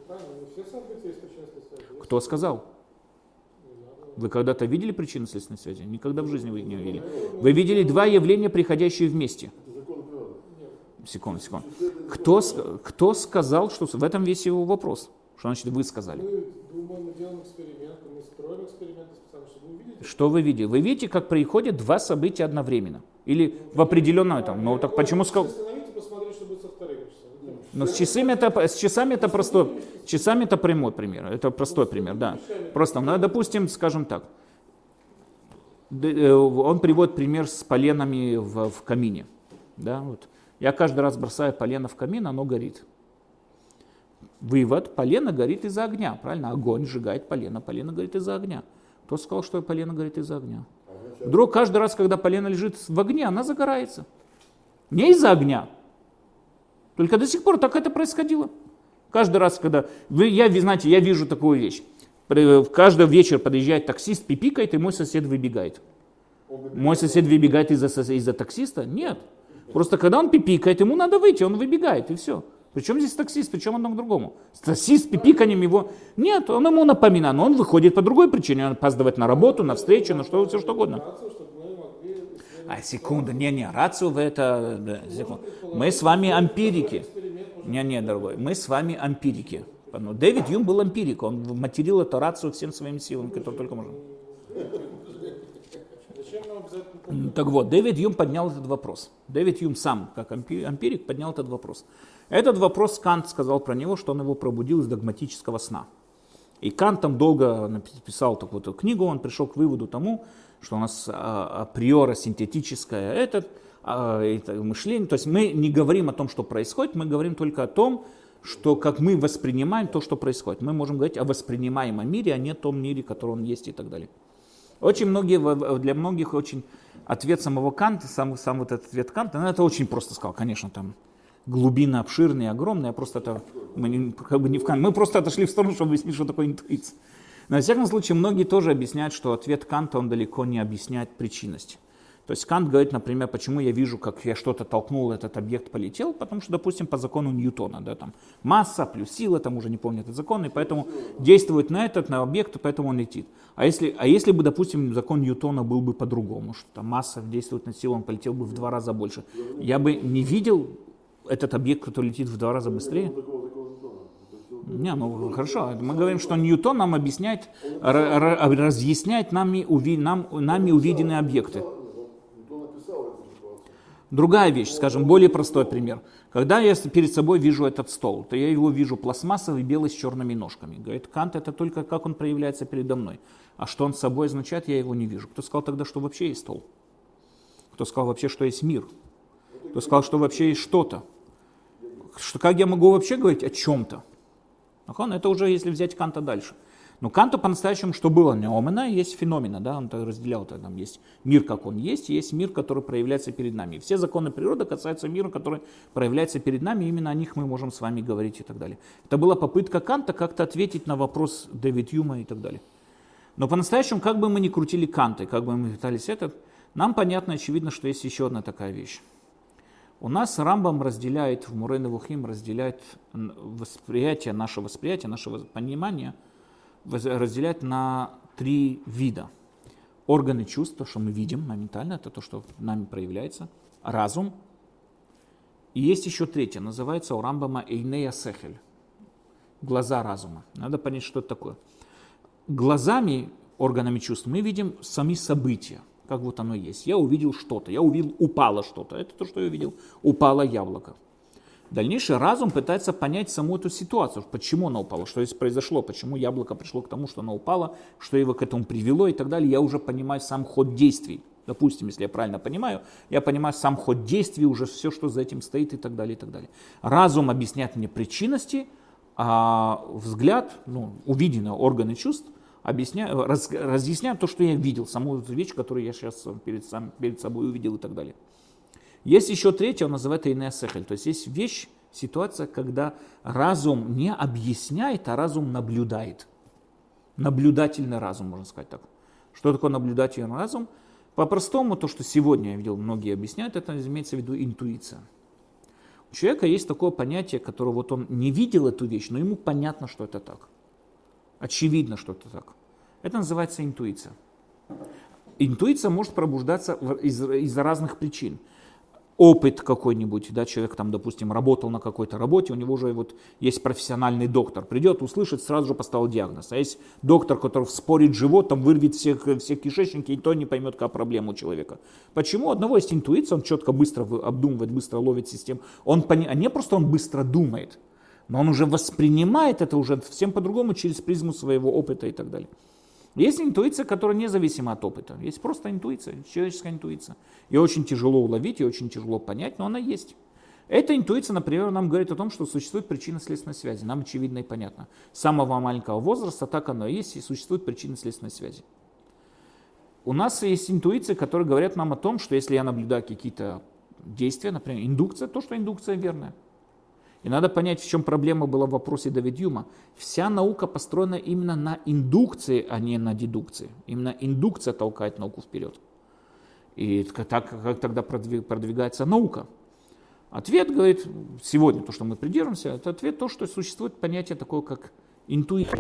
[SPEAKER 1] Кто сказал? Вы когда-то видели причинно-следственной связи? Никогда в жизни вы их не видели. Вы видели два явления, приходящие вместе. Секунду. Кто сказал, что в этом весь его вопрос? Что значит вы сказали?
[SPEAKER 3] Мы думаем, мы делаем эксперименты, мы строим эксперименты специально, чтобы увидеть.
[SPEAKER 1] Что вы видите? Вы видите, как происходят два события одновременно? Или в определенном этом? Ну так почему сказал?
[SPEAKER 3] Посмотреть, что будет со вторым часом.
[SPEAKER 1] Но с часами это простой. Часами это прямой пример. Это простой пример, да. Просто, ну, допустим, скажем так. Он приводит пример с поленами в камине. Да, вот. Я каждый раз бросаю полено в камин, оно горит. Вывод: полено горит из-за огня, правильно? Огонь сжигает полено, полено горит из-за огня. Кто сказал, что полено горит из-за огня? Вдруг каждый раз, когда полено лежит в огне, она загорается. Не из-за огня. Только до сих пор так это происходило. Каждый раз, когда... я вижу такую вещь. Каждый вечер подъезжает таксист, пипикает, и мой сосед выбегает. Мой сосед выбегает из-за таксиста? Нет. Просто когда он пипикает, ему надо выйти, он выбегает, и все. Причем здесь таксист, причем одно к другому. Таксист с пипиканием его... Нет, он ему напоминает, но он выходит по другой причине. Он опаздывает на работу, на встречу, на что, все что угодно. Секунду, рацию в это... Да, секунду. Мы с вами ампирики. Дорогой, мы с вами ампирики. Дэвид Юм был ампирик, он материл эту рацию всем своим силам, которые только можно. Так вот, Дэвид Юм поднял этот вопрос. Дэвид Юм сам, как ампирик, поднял этот вопрос. Этот вопрос Кант сказал про него, что он его пробудил из догматического сна. И Кант там долго написал такую книгу, он пришел к выводу тому, что у нас априори синтетическое это мышление. То есть мы не говорим о том, что происходит, мы говорим только о том, что как мы воспринимаем то, что происходит. Мы можем говорить о воспринимаемом мире, а не о том мире, который он есть и так далее. Для многих очень ответ самого Канта, сам вот этот ответ Канта, это очень просто сказал, конечно, там глубины обширные, огромные, просто это мы просто отошли в сторону, чтобы объяснить, что такое интуиция. Но, во всяком случае, многие тоже объясняют, что ответ Канта, он далеко не объясняет причинность. То есть Кант говорит, например, почему я вижу, как я что-то толкнул, этот объект полетел, потому что, допустим, по закону Ньютона, да, там масса плюс сила, там уже не помню этот закон, и поэтому действует на объект, и поэтому он летит. А если бы, допустим, закон Ньютона был бы по-другому, что там масса действует на силу, он полетел бы в 2 раза больше, я бы не видел этот объект, который летит в 2 раза быстрее? Хорошо. Мы говорим, что Ньютон нам объясняет, разъясняет нами увиденные объекты. Другая вещь, скажем, более простой пример. Когда я перед собой вижу этот стол, то я его вижу пластмассовый, белый, с черными ножками. Говорит Кант, это только как он проявляется передо мной. А что он собой означает, я его не вижу. Кто сказал тогда, что вообще есть стол? Кто сказал вообще, что есть мир? Кто сказал, что вообще есть что-то? Как я могу вообще говорить о чем-то? Это уже если взять Канта дальше. Но Канту по-настоящему, что было неомена, есть феномена, да, он так разделял, там есть мир, как он есть, и есть мир, который проявляется перед нами. И все законы природы касаются мира, который проявляется перед нами, и именно о них мы можем с вами говорить и так далее. Это была попытка Канта как-то ответить на вопрос Дэвид Юма и так далее. Но по-настоящему, как бы мы ни крутили Канта, как бы мы пытались нам понятно, очевидно, что есть еще одна такая вещь. У нас Рамбам разделяет, в Мурей Невухим разделяет наше понимание, разделяет на 3 вида. Органы чувств, то, что мы видим моментально, это то, что нами проявляется. Разум. И есть еще 3, называется у Рамбама Эйнея Сехель. Глаза разума. Надо понять, что это такое. Глазами, органами чувств, мы видим сами события, как вот оно есть. Я увидел что-то, упало что-то. Это то, что я увидел. Упало яблоко. Дальнейший разум пытается понять саму эту ситуацию, почему она упала, что здесь произошло, почему яблоко пришло к тому, что оно упало, что его к этому привело и так далее. Я уже понимаю сам ход действий. Допустим, если я правильно понимаю, я понимаю сам ход действий, уже все, что за этим стоит и так далее, и так далее. Разум объясняет мне причинности, а взгляд, увиденные органы чувств, разъясняют то, что я видел, саму эту вещь, которую я сейчас перед собой увидел и так далее. Есть еще 3, он называет Эйнея Сехель, то есть есть вещь, ситуация, когда разум не объясняет, а разум наблюдает. Наблюдательный разум, можно сказать так. Что такое наблюдательный разум? По-простому, то, что сегодня я видел, многие объясняют, это имеется в виду интуиция. У человека есть такое понятие, которое вот он не видел эту вещь, но ему понятно, что это так. Очевидно, что это так. Это называется интуиция. Интуиция может пробуждаться из-за разных причин. Опыт какой-нибудь, да, человек там, допустим, работал на какой-то работе, у него уже вот есть профессиональный доктор, придет, услышит, сразу же поставил диагноз. А есть доктор, который вспорит живот, там вырвет все кишечники, и то не поймет, какая проблема у человека. Почему? У одного есть интуиция, он четко, быстро обдумывает, быстро ловит систему. А не просто он быстро думает, но он уже воспринимает это уже всем по-другому через призму своего опыта и так далее. Есть интуиция, которая независима от опыта. Есть просто интуиция, человеческая интуиция. Ее очень тяжело уловить, ее очень тяжело понять, но она есть. Эта интуиция, например, нам говорит о том, что существует причинно-следственная связь. Нам очевидно и понятно. С самого маленького возраста так оно и есть, и существует причинно-следственная связь. У нас есть интуиции, которые говорят нам о том, что если я наблюдаю какие-то действия, например, индукция, то, что индукция верная. И надо понять, в чем проблема была в вопросе Давида Юма. Вся наука построена именно на индукции, а не на дедукции. Именно индукция толкает науку вперед. И так, как тогда продвигается наука? Ответ, говорит, сегодня то, что мы придерживаемся, это ответ то, что существует понятие такое, как интуиция.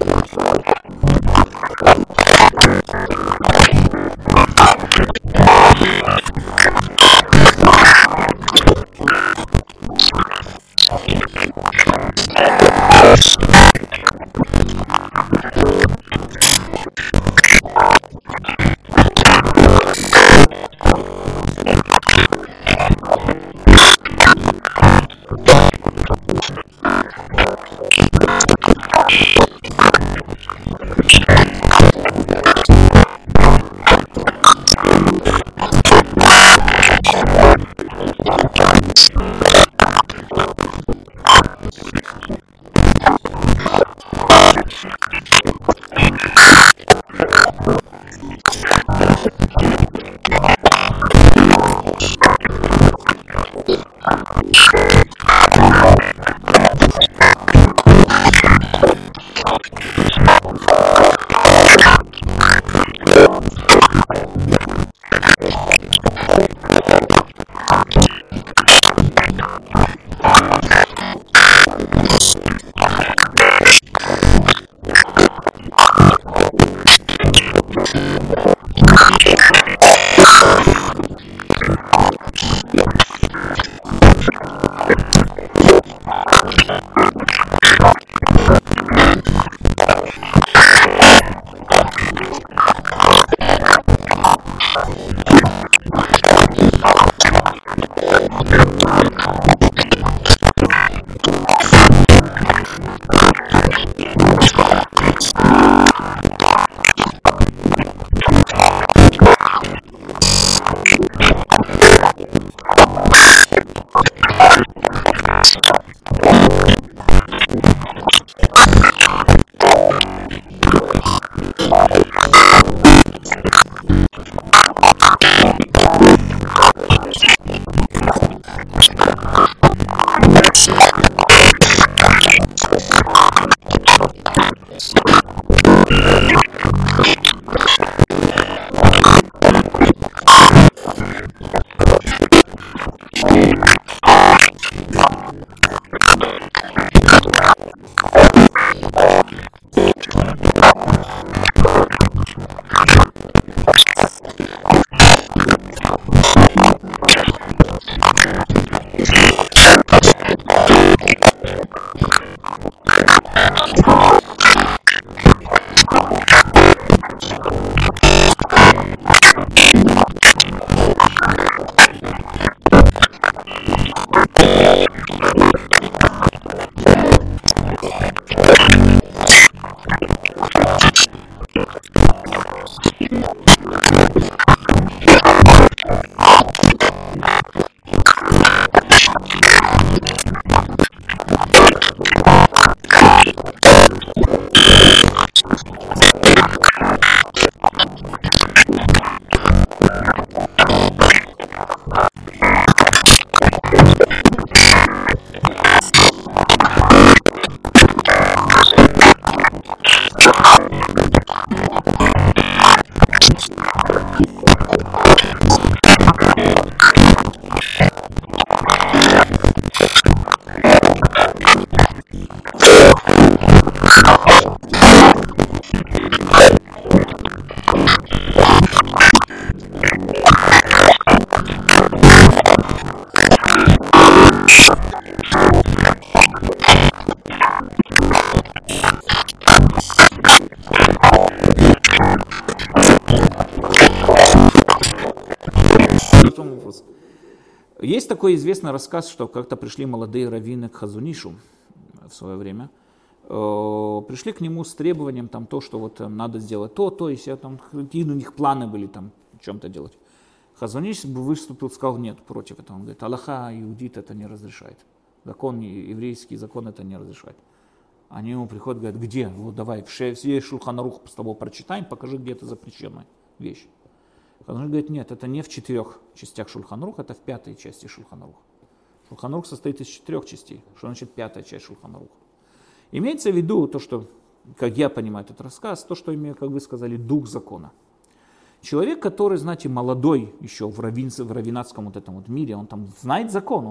[SPEAKER 1] Есть такой известный рассказ, что как-то пришли молодые раввины к Хазунишу в свое время. Пришли к нему с требованием там, то, что вот надо сделать то и все, там, какие у них планы были там, в чем-то делать. Хазуниш выступил, сказал нет против этого. Он говорит, Аллаха иудит это не разрешает. Закон, еврейский закон это не разрешает. Они ему приходят, говорят, где? Вот давай, все Шулхан Арух с тобой прочитаем, покажи, где это запрещенная вещь. Хазуниш говорит, нет, это не в 4 частях Шулхан Арух, это в 5 части Шулхан Арух. Шулхан Арух состоит из 4 частей. Что значит 5 часть Шулхан Аруха? Имеется в виду то, что, как я понимаю этот рассказ, то, что имеет, как вы сказали, дух закона. Человек, который, знаете, молодой еще в раввинатском вот этом вот мире, он там знает закон,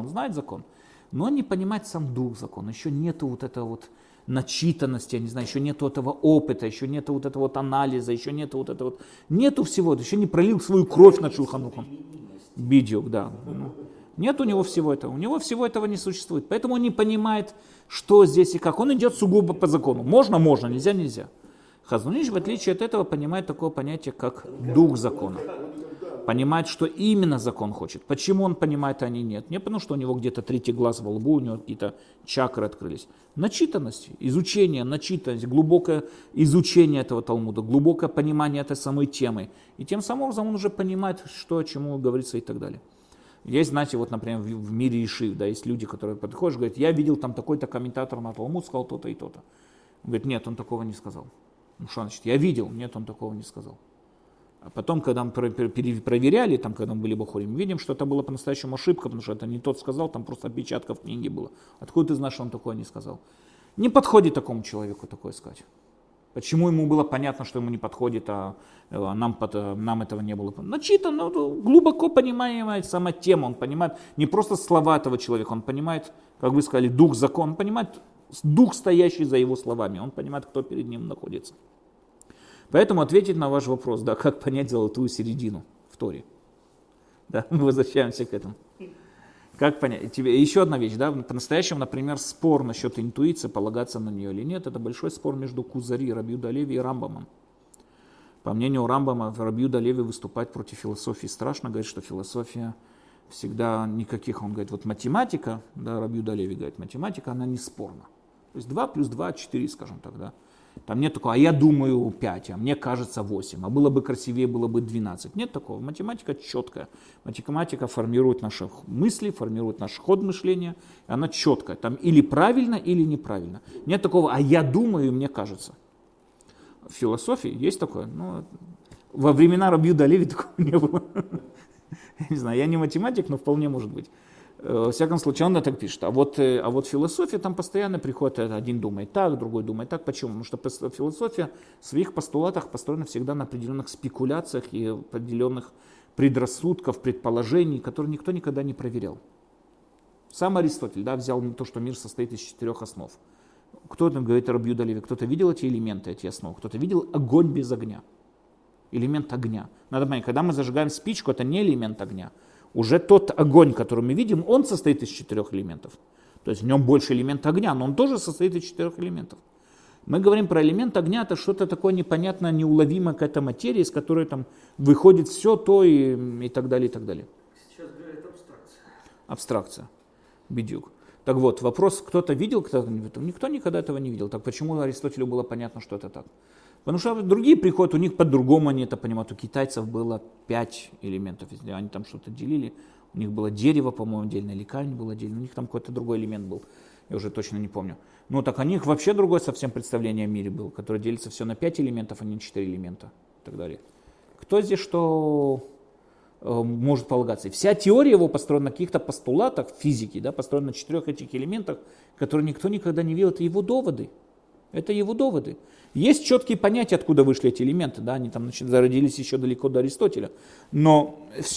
[SPEAKER 1] но он не понимает сам дух закона, еще нету вот этого вот начитанности, я не знаю, еще нету этого опыта, еще нету вот этого вот анализа, еще нету вот этого вот, нету всего, еще не пролил свою кровь над Шулхан Арухом. Бидюк, да. Нет у него всего этого, у него всего этого не существует, поэтому он не понимает, что здесь и как. Он идет сугубо по закону. Можно, нельзя. Хазуниш, в отличие от этого, понимает такое понятие, как дух закона. Понимает, что именно закон хочет. Почему он понимает, а они нет? Не потому, что у него где-то 3-й глаз во лбу, у него какие-то чакры открылись. Начитанность, изучение, начитанность, глубокое изучение этого Талмуда, глубокое понимание этой самой темы. И тем самым образом он уже понимает, что, о чему говорится и так далее. Есть, знаете, вот, например, в мире Ишив, да, есть люди, которые подходят, говорят, я видел там такой-то комментатор на Талмуд, сказал то-то и то-то. Он говорит, нет, он такого не сказал. Ну что значит, я видел, нет, он такого не сказал. А потом, когда мы проверяли, там, когда мы были в Охоре, мы видим, что это была по-настоящему ошибка, потому что это не тот сказал, там просто опечатка в книге была. Откуда ты знаешь, что он такое не сказал? Не подходит такому человеку такое сказать. Почему ему было понятно, что ему не подходит, а нам этого не было? Начитан, глубоко понимает сама тема, он понимает не просто слова этого человека, он понимает, как вы сказали, дух закона, он понимает дух, стоящий за его словами, он понимает, кто перед ним находится. Поэтому ответить на ваш вопрос, да, как понять золотую середину в Торе. Да, мы возвращаемся к этому. Как понять? Еще одна вещь, да, по-настоящему, например, спор насчет интуиции, полагаться на нее или нет, это большой спор между Кузари, Раби Юда Алеви и Рамбамом. По мнению Рамбама, Раби Юда Алеви выступать против философии страшно, говорит, что философия всегда никаких, он говорит, вот математика, да, Раби Юда Алеви говорит, математика, она не спорна. То есть 2 плюс 2, 4, скажем так, да. Там нет такого, а я думаю 5, а мне кажется 8, а было бы красивее, было бы 12. Нет такого. Математика четкая. Математика формирует наши мысли, формирует наш ход мышления. И она четкая. Там или правильно, или неправильно. Нет такого, а я думаю, мне кажется. В философии есть такое. Ну, во времена Раби Юда Алеви такого не было. Я не знаю, я не математик, но вполне может быть. Во всяком случае, он так пишет. А вот философия там постоянно приходит, один думает так, другой думает так. Почему? Потому что философия в своих постулатах построена всегда на определенных спекуляциях и определенных предрассудков, предположений, которые никто никогда не проверял. Сам Аристотель, да, взял то, что мир состоит из 4 основ. Кто там говорит о Раби Юда Алеви? Кто-то видел эти элементы, эти основы? Кто-то видел огонь без огня? Элемент огня. Надо понять, когда мы зажигаем спичку, это не элемент огня. Уже тот огонь, который мы видим, он состоит из 4 элементов. То есть в нем больше элемента огня, но он тоже состоит из 4 элементов. Мы говорим про элемент огня, это что-то такое непонятное, неуловимое, какая-то материя, из которой там выходит все то и так далее, и так далее.
[SPEAKER 2] Сейчас говорят абстракция.
[SPEAKER 1] Абстракция. Бедюк. Так вот, вопрос, кто-то видел, никто никогда этого не видел. Так почему Аристотелю было понятно, что это так? Потому что другие приходят, у них по-другому они это понимают. У китайцев было 5 элементов, если они там что-то делили. У них было дерево, по-моему, отдельно, или камень был отдельно. У них там какой-то другой элемент был, я уже точно не помню. Ну так у них вообще другое совсем представление о мире было, которое делится все на 5 элементов, а не 4 элемента и так далее. Кто здесь что может полагаться? И вся теория его построена на каких-то постулатах физики, да, построена на 4 этих элементах, которые никто никогда не видел, это его доводы. Это его доводы. Есть четкие понятия, откуда вышли эти элементы, да, они там зародились еще далеко до Аристотеля. Но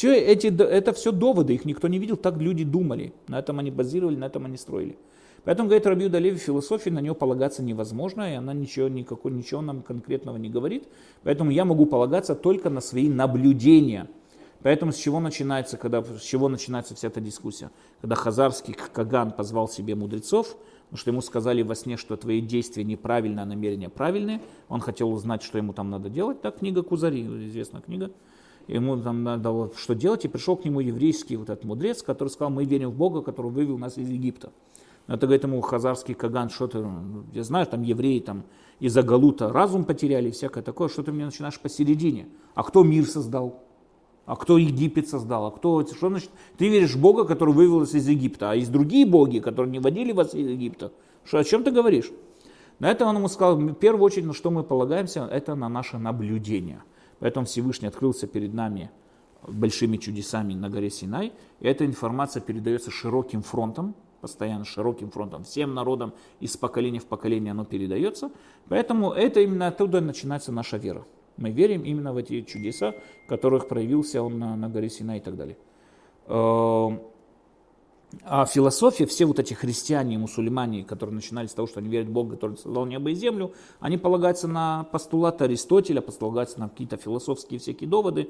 [SPEAKER 1] это все доводы, их никто не видел, так люди думали. На этом они базировали, на этом они строили. Поэтому, говорит Раби Юда Алеви, философии на нее полагаться невозможно, и она ничего нам конкретного не говорит. Поэтому я могу полагаться только на свои наблюдения. Поэтому с чего начинается вся эта дискуссия? Когда хазарский Каган позвал себе мудрецов, потому что ему сказали во сне, что твои действия неправильные, а намерения правильные. Он хотел узнать, что ему там надо делать. Так, книга Кузари, известная книга. ему там надо вот что делать, и пришел к нему еврейский вот этот мудрец, который сказал, мы верим в Бога, который вывел нас из Египта. Это, говорит ему хазарский Каган, что ты, я знаю, там евреи там из-за галута разум потеряли, всякое такое, что ты мне начинаешь посередине. А кто мир создал? А кто Египет создал? А кто, что значит? Ты веришь в Бога, который вывел нас из Египта, а есть другие боги, которые не водили вас из Египта. Что, о чем ты говоришь? На это он ему сказал, в первую очередь, на что мы полагаемся, это на наше наблюдение. Поэтому Всевышний открылся перед нами большими чудесами на горе Синай, и эта информация передается широким фронтом, постоянно широким фронтом, всем народам из поколения в поколение оно передается. Поэтому это именно оттуда начинается наша вера. Мы верим именно в эти чудеса, в которых проявился он на горе Синай и так далее. А философия, все вот эти христиане и мусульмане, которые начинали с того, что они верят в Бога, который создал небо и землю, они полагаются на постулаты Аристотеля, полагаются на какие-то философские всякие доводы.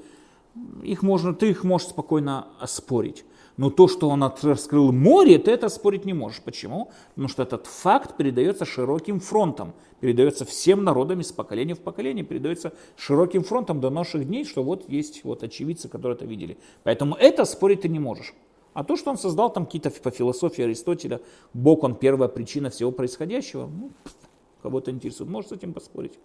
[SPEAKER 1] Ты их можешь спокойно оспорить. Но то, что он раскрыл море, ты это спорить не можешь. Почему? Потому что этот факт передается широким фронтом, передается всем народам из поколения в поколение, передается широким фронтом до наших дней, что вот есть вот очевидцы, которые это видели. Поэтому это спорить ты не можешь. А то, что он создал там какие-то по философии Аристотеля, Бог, он первая причина всего происходящего, кого-то интересует, может с этим поспорить.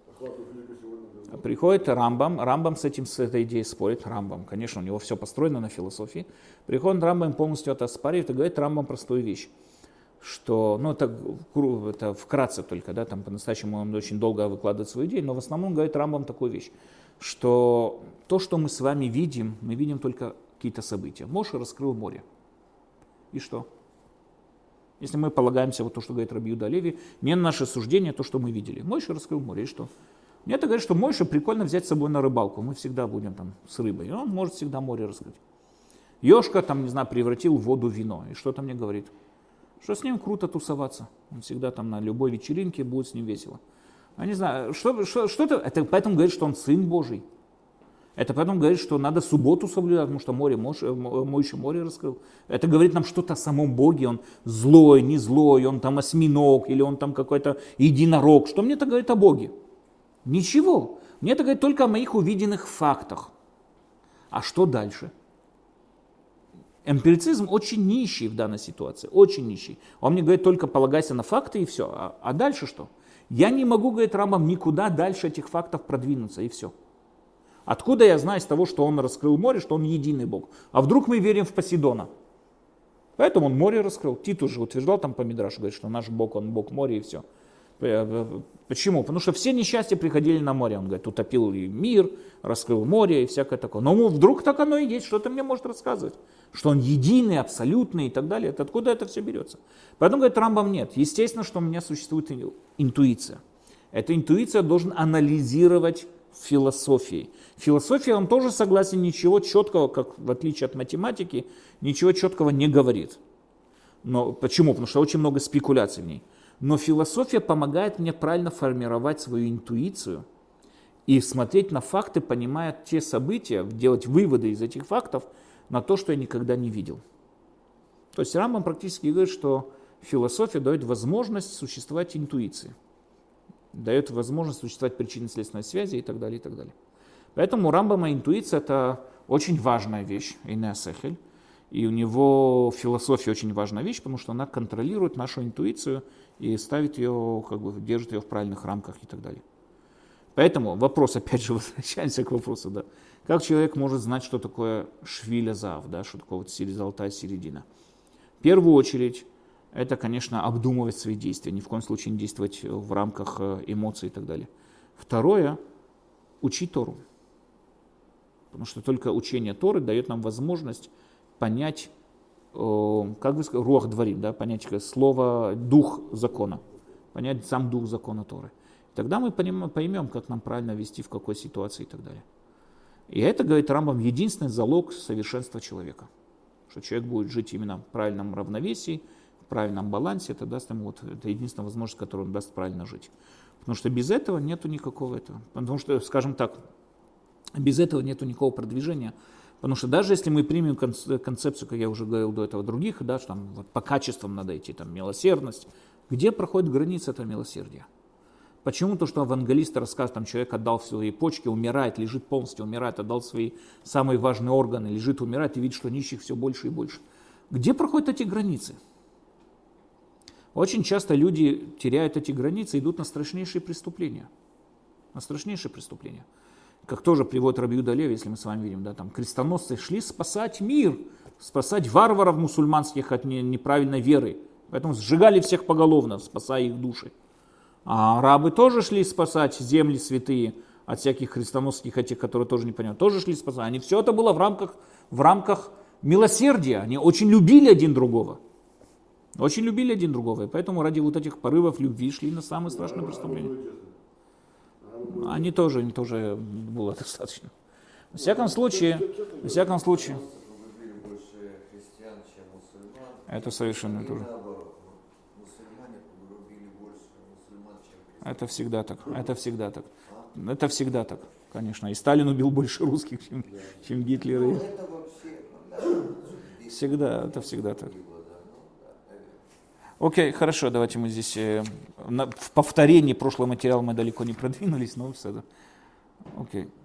[SPEAKER 1] Приходит Рамбам с этой идеей спорит, Рамбам, конечно, у него все построено на философии. Приходит Рамбам, полностью это оспаривает и говорит Рамбам простую вещь, что, это вкратце только, да, там по-настоящему он очень долго выкладывает свою идею, но в основном говорит Рамбам такую вещь, что то, что мы с вами видим, мы видим только какие-то события. Моше раскрыл море. И что? Если мы полагаемся, вот то, что говорит Раби Юда Леви, не на наше суждение, то, что мы видели. Моше раскрыл море, и что? Мне это говорит, что Моше прикольно взять с собой на рыбалку. Мы всегда будем там с рыбой. И он может всегда море раскрыть. Ёшка там, не знаю, превратил воду в вино. И что-то мне говорит? Что с ним круто тусоваться. Он всегда там на любой вечеринке будет с ним весело. Я не знаю, что-то... Это поэтому говорит, что он сын Божий. Это поэтому говорит, что надо субботу соблюдать, потому что Моше море раскрыл. Это говорит нам что-то о самом Боге. Он злой, не злой, он там осьминог, или он там какой-то единорог. Что мне это говорит о Боге? Ничего. Мне это говорит только о моих увиденных фактах. А что дальше? Эмпирицизм очень нищий в данной ситуации, очень нищий. Он мне говорит только полагайся на факты и все. А дальше что? Я не могу, говорит Рамбам, никуда дальше этих фактов продвинуться и все. Откуда я знаю из того, что он раскрыл море, что он единый Бог? А вдруг мы верим в Посейдона? Поэтому он море раскрыл. Титус же утверждал там по Мидрашу, говорит, что наш Бог, он Бог моря и все. Почему? Потому что все несчастья приходили на море. Он говорит, утопил мир, раскрыл море и всякое такое. Но вдруг так оно и есть, что-то мне может рассказывать. Что он единый, абсолютный и так далее. Откуда это все берется? Поэтому, говорит, Рамбам нет. Естественно, что у меня существует интуиция. Эта интуиция должен анализировать философией. Философия, он тоже согласен, ничего четкого, как в отличие от математики, ничего четкого не говорит. Но почему? Потому что очень много спекуляций в ней. Но философия помогает мне правильно формировать свою интуицию и смотреть на факты, понимая те события, делать выводы из этих фактов на то, что я никогда не видел. То есть Рамбам практически говорит, что философия дает возможность существовать интуиции, дает возможность существовать причинно-следственной связи и так далее, и так далее. Поэтому у Рамбама интуиция – это очень важная вещь, инеа сехель, и у него философия очень важная вещь, потому что она контролирует нашу интуицию и ставит ее, держит ее в правильных рамках и так далее. Поэтому вопрос, опять же, возвращаемся к вопросу, да, как человек может знать, что такое швиля зав, да, что такое вот золотая середина. В первую очередь, это, конечно, обдумывать свои действия, ни в коем случае не действовать в рамках эмоций и так далее. Второе, учить Тору. Потому что только учение Торы дает нам возможность понять, как бы сказать, руах дворим, да, понять слово дух закона, понять сам дух закона Торы. Тогда мы поймем, как нам правильно вести, в какой ситуации и так далее. И это, говорит Рамбам, единственный залог совершенства человека. Что человек будет жить именно в правильном равновесии, в правильном балансе, это даст ему, это единственная возможность, которую он даст правильно жить. Потому что без этого нету никакого этого. Потому что, скажем так, без этого нету никакого продвижения. Потому что даже если мы примем концепцию, как я уже говорил до этого, других, да, что там вот по качествам надо идти, там милосердность, где проходит граница этого милосердия? Почему то, что евангелисты рассказывают, там человек отдал свои почки, умирает, лежит полностью, умирает, отдал свои самые важные органы, лежит, умирает, и видит, что нищих все больше и больше. Где проходят эти границы? Очень часто люди теряют эти границы, идут на страшнейшие преступления. На страшнейшие преступления. Как тоже приводит Раби Юда Леви, если мы с вами видим, да, там крестоносцы шли спасать мир, спасать варваров мусульманских от неправильной веры. Поэтому сжигали всех поголовно, спасая их души. А арабы тоже шли спасать земли святые от всяких христоносских этих, которые тоже не понимают, тоже шли спасать. Они все это было в рамках милосердия. Они очень любили один другого. Очень любили один другого. И поэтому ради вот этих порывов любви шли на самые страшные преступления. Они тоже было достаточно. Во всяком случае, это совершенно тоже. Это всегда так. Это всегда так, конечно. И Сталин убил больше русских, чем Гитлер. Это всегда так. Окей, хорошо, давайте мы здесь в повторении прошлого материала мы далеко не продвинулись, но все. Окей.